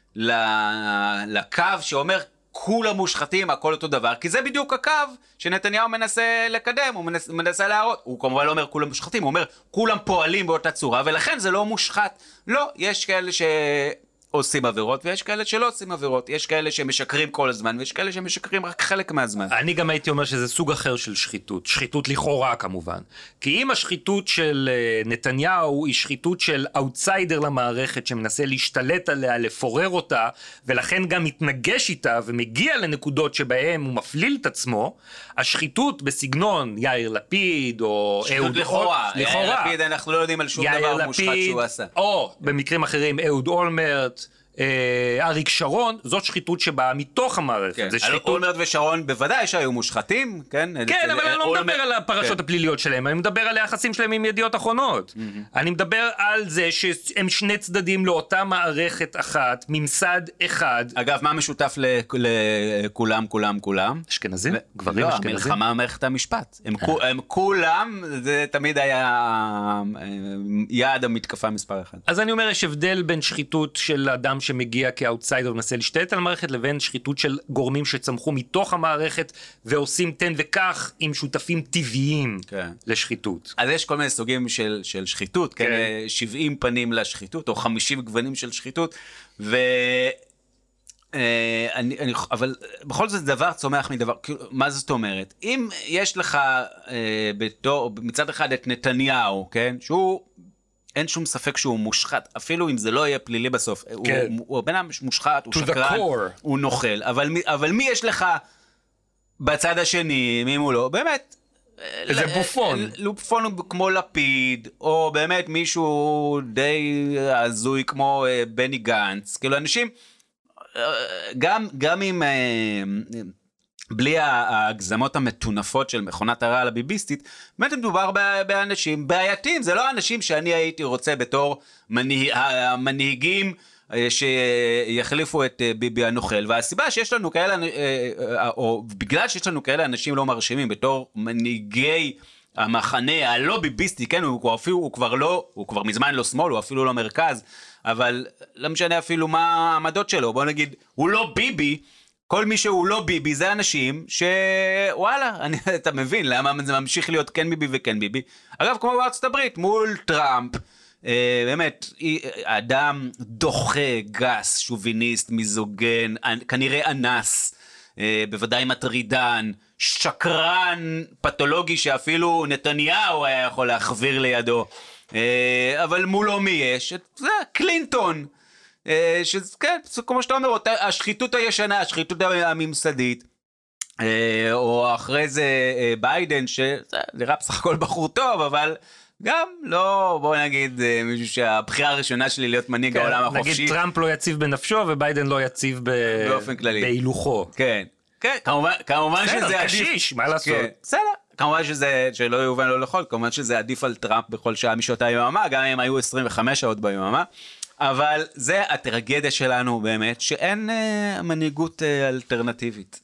לקו שאומר כולם מושחתים, הכל אותו דבר, כי זה בדיוק הקו שנתניהו מנסה לקדם, הוא מנסה, מנסה להראות, הוא כמובן לא אומר כולם מושחתים, הוא אומר כולם פועלים באותה צורה, ולכן זה לא מושחת. לא, יש כאלה ש... עושים עבירות, ויש כאלה שלא עושים עבירות. יש כאלה שמשקרים כל הזמן, ויש כאלה שמשקרים רק חלק מהזמן. אני גם הייתי אומר שזה סוג אחר של שחיתות. שחיתות לכאורה כמובן. כי אם השחיתות של נתניהו היא שחיתות של אאוטסיידר למערכת, שמנסה להשתלט עליה, לפורר אותה, ולכן גם מתנגש איתה, ומגיע לנקודות שבהם הוא מפליל את עצמו, השחיתות בסגנון יאיר לפיד, או שחיתות לכאורה. יאיר לפיד, אנחנו לא יודעים על שום דבר מושחת שהוא עשה. או במקרים אחרים, אהוד אולמרט, אריק שרון, זאת שחיתות שבאה מתוך המערכת. אולמרט ושרון בוודאי שהיו מושחתים, כן? כן, אבל אני לא מדבר על הפרשות הפליליות שלהם, אני מדבר על היחסים שלהם עם ידיעות אחרונות. אני מדבר על זה שהם שני צדדים לאותה מערכת אחת, ממסד אחד. אגב, מה משותף לכולם, כולם, כולם? אשכנזים? גברים אשכנזים? לא, המלחמה מערכת המשפט. הם כולם, זה תמיד היה יעד המתקפה מספר אחד. אז אני אומר, יש הבדל בין שחיתות של אדם שמגיע כאוטסיידר ומנסה להשתלט על המערכת, לבין שחיתות של גורמים שצמחו מתוך המערכת ועושים תן וכך עם שותפים טבעיים כן. לשחיתות. אז יש כל מיני סוגים של, של שחיתות, כן. כן, שבעים פנים לשחיתות, או חמישים גוונים של שחיתות, ו... אני, אני, אבל בכל זאת דבר צומח מדבר, מה זאת אומרת? אם יש לך בתור, מצד אחד את נתניהו, כן, שהוא... אין שום ספק שהוא מושחת, אפילו אם זה לא יהיה פלילי בסוף. כן. הוא, הוא בן מושחת, הוא שקרן, הוא נוכל. אבל, אבל מי יש לך בצד השני, מי הוא לא? באמת. איזה בופון. בופון הוא כמו לפיד, או באמת מישהו די הזוי כמו בני גנץ. כאילו אנשים, גם, גם עם... בלי ההגזמות המתונפות של מכונת הרעל הביביסטית, באמת מדובר באנשים בעייתיים, זה לא אנשים שאני הייתי רוצה בתור המנהיגים שיחליפו את ביבי הנוכל, והסיבה שיש לנו כאלה, או בגלל שיש לנו כאלה אנשים לא מרשימים בתור מנהיגי המחנה הלא ביביסטי, כן, הוא אפילו, הוא כבר לא, הוא כבר מזמן לא שמאל, הוא אפילו לא מרכז, אבל לא משנה אפילו מה העמדות שלו, בוא נגיד, הוא לא ביבי, כל מי שהוא לא ביבי זה אנשים שוואלה, אני, אתה מבין למה זה ממשיך להיות כן ביבי וכן ביבי. אגב, כמו בארצות הברית, מול טראמפ, אה, באמת, אדם דוחה, גס, שוביניסט, מיזוגן, כנראה אנס, אה, בוודאי מטרידן, שקרן, פתולוגי שאפילו נתניהו היה יכול להחביר לידו. אה, אבל מולו מי יש? זה קלינטון. שכן, כמו שאתה אומר, השחיתות הישנה, השחיתות הממסדית, או אחרי זה ביידן, שנראה בסך הכל בחור טוב, אבל גם לא, בוא נגיד, מישהו שהבחירה הראשונה שלי להיות מנהיג העולם החופשי. נגיד טראמפ לא יציב בנפשו, וביידן לא יציב באופן כללי. בהילוכו. כן, כן, כמובן שזה עדיף. קשיש, מה לעשות? בסדר. כמובן שזה, שלא יובן לא לכל, כמובן שזה עדיף על טראמפ בכל שעה משעות היממה, גם אם היו עשרים וחמש שעות ביממה. אבל זה הטרגדיה שלנו באמת, שאין אה, מנהיגות אה, אלטרנטיבית.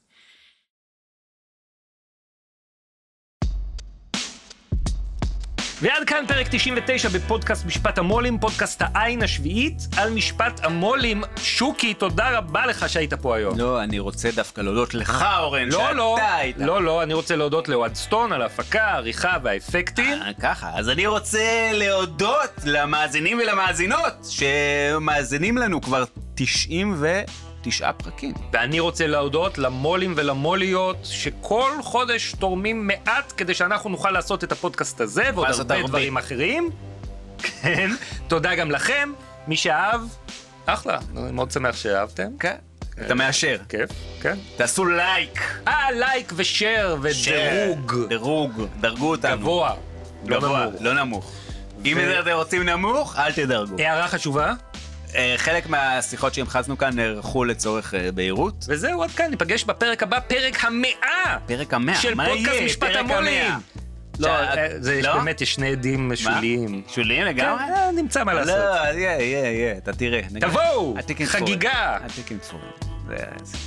ועד כאן פרק תשעים ותשע בפודקאסט משפט המולים, פודקאסט העין השביעית על משפט המולים. שוקי, תודה רבה לך שהיית פה היום. לא, אני רוצה דווקא להודות לך, אורן, לא, לא, לא, לא, אני רוצה להודות לאוהד סטון על ההפקה, העריכה והאפקטים. ככה, אז אני רוצה להודות למאזינים ולמאזינות שמאזינים לנו כבר תשעים ו... תשעה פרקים. ואני רוצה להודות למולים ולמוליות שכל חודש תורמים מעט כדי שאנחנו נוכל לעשות את הפודקאסט הזה ועוד הרבה דברים אחרים. כן, תודה גם לכם, מי שאהב, אחלה, אני מאוד שמח שאהבתם. כן, אתה מאשר. כיף, כן. תעשו לייק. אה, לייק ושר ודירוג. דירוג, דרגו אותנו. גבוה, גבוה, לא נמוך. אם אתם רוצים נמוך, אל תדרגו. הערה חשובה. חלק מהשיחות שהמחזנו כאן נערכו לצורך בהירות. וזהו, עד כאן, ניפגש בפרק הבא, פרק המאה. פרק המאה, של פודקאסט משפט המולים. לא, זה באמת, יש שני עדים שוליים. שוליים לגמרי? כן, נמצא מה לעשות. לא, יהיה, יהיה, יהיה, אתה תראה. תבואו, חגיגה. עתיקים ספורים. זה...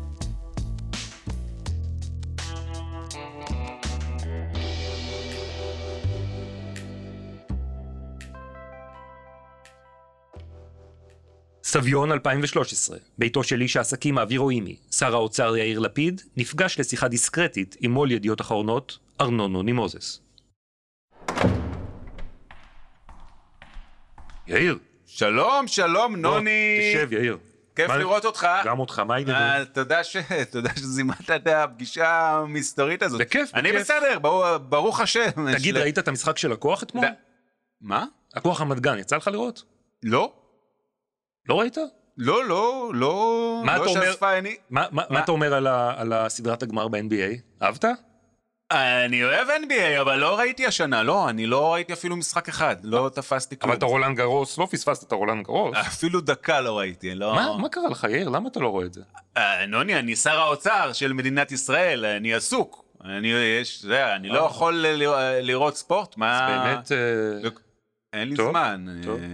סביון אלפיים ושלוש עשרה, ביתו של איש העסקים אבירוימי, שר האוצר יאיר לפיד, נפגש לשיחה דיסקרטית עם מו"ל ידיעות אחרונות, ארנון נוני מוזס. יאיר, שלום, שלום, נוני. תשב, יאיר. כיף לראות אותך. גם אותך, מה העניינים? תודה ש... תודה שזימנת את הפגישה המסתורית הזאת. בכיף, בכיף. אני בסדר, ברוך השם. תגיד, ראית את המשחק של הכוח אתמול? מה? הכוח רמת גן, יצא לך לראות? לא. לא ראית? לא, לא, לא. מה אתה אומר? מה אתה אומר על הסדרת הגמר ב-אן בי איי? אהבת? אני אוהב אן בי איי, אבל לא ראיתי השנה, לא, אני לא ראיתי אפילו משחק אחד, לא תפסתי כלום. אבל אתה רולנד גרוס, לא פספסת את הרולנד גרוס. אפילו דקה לא ראיתי, לא... מה? מה קרה לך, יאיר? למה אתה לא רואה את זה? נוני, אני שר האוצר של מדינת ישראל, אני עסוק. אני יש, זה, אני לא יכול לראות ספורט, מה... אז באמת... אין לי זמן.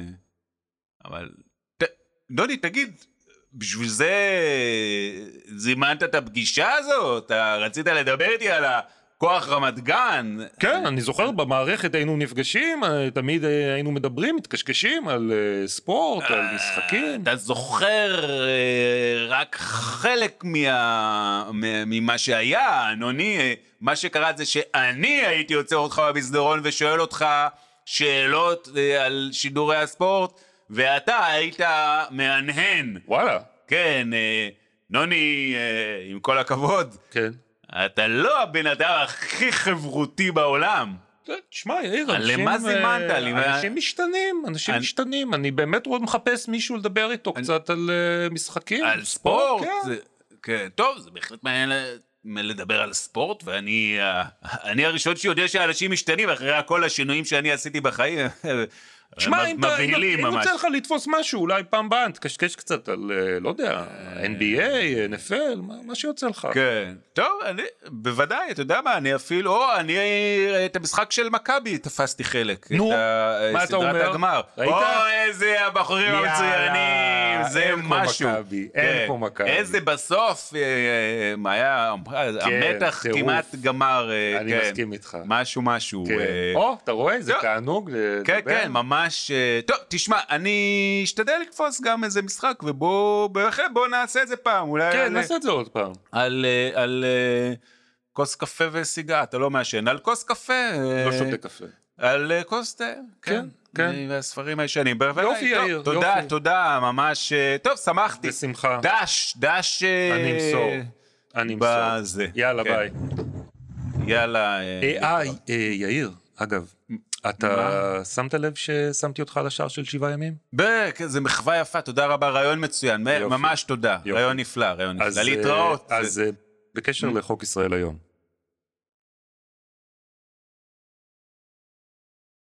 אבל... נוני, תגיד, בשביל זה זימנת את הפגישה הזאת? אתה רצית לדבר איתי על הכוח רמת גן? כן, אני זוכר, במערכת היינו נפגשים, תמיד היינו מדברים, מתקשקשים על ספורט, על משחקים. אתה זוכר רק חלק ממה שהיה, נוני, מה שקרה זה שאני הייתי יוצר אותך במסדרון ושואל אותך שאלות על שידורי הספורט, ואתה היית מהנהן. וואלה. כן, נוני, עם כל הכבוד. כן. אתה לא הבן אדם הכי חברותי בעולם. תשמע, יאיר, אנשים... למה זימנת? אנשים משתנים, אנשים משתנים. אני באמת עוד מחפש מישהו לדבר איתו קצת על משחקים. על ספורט? כן. טוב, זה בהחלט מעניין לדבר על ספורט, ואני הראשון שיודע שאנשים משתנים, אחרי כל השינויים שאני עשיתי בחיים. תשמע, אם רוצה לך לתפוס משהו, אולי פעם באה, תקשקש קצת על, לא יודע, אן בי איי, אן אף אל, מה שיוצא לך. כן, טוב, אני, בוודאי, אתה יודע מה, אני אפילו, או, אני, את המשחק של מכבי תפסתי חלק. נו, מה אתה אומר? סדרת הגמר. או, איזה הבחורים המצוינים, זה משהו. אין פה מכבי. איזה בסוף, מה היה, המתח כמעט גמר. אני מסכים איתך. משהו, משהו. או, אתה רואה, זה תענוג. כן, כן, ממש. טוב, תשמע, אני אשתדל לקפוץ גם איזה משחק, ובוא, בהחלט, בוא נעשה את זה פעם. כן, נעשה את זה עוד פעם. על, על כוס קפה וסיגה, אתה לא מעשן, על כוס קפה. לא שותה קפה. על כוס תה, כן, כן. והספרים הישנים. יופי, יאיר. תודה, תודה, ממש, טוב, שמחתי. בשמחה. דש, דש. אני אמסור. אני אמסור. יאללה, ביי. יאללה. אה, יאיר, אגב. אתה שמת לב ששמתי אותך על השער של שבעה ימים? זה מחווה יפה, תודה רבה, רעיון מצוין, ממש תודה, רעיון נפלא, רעיון נפלא, להתראות. אז בקשר לחוק ישראל היום.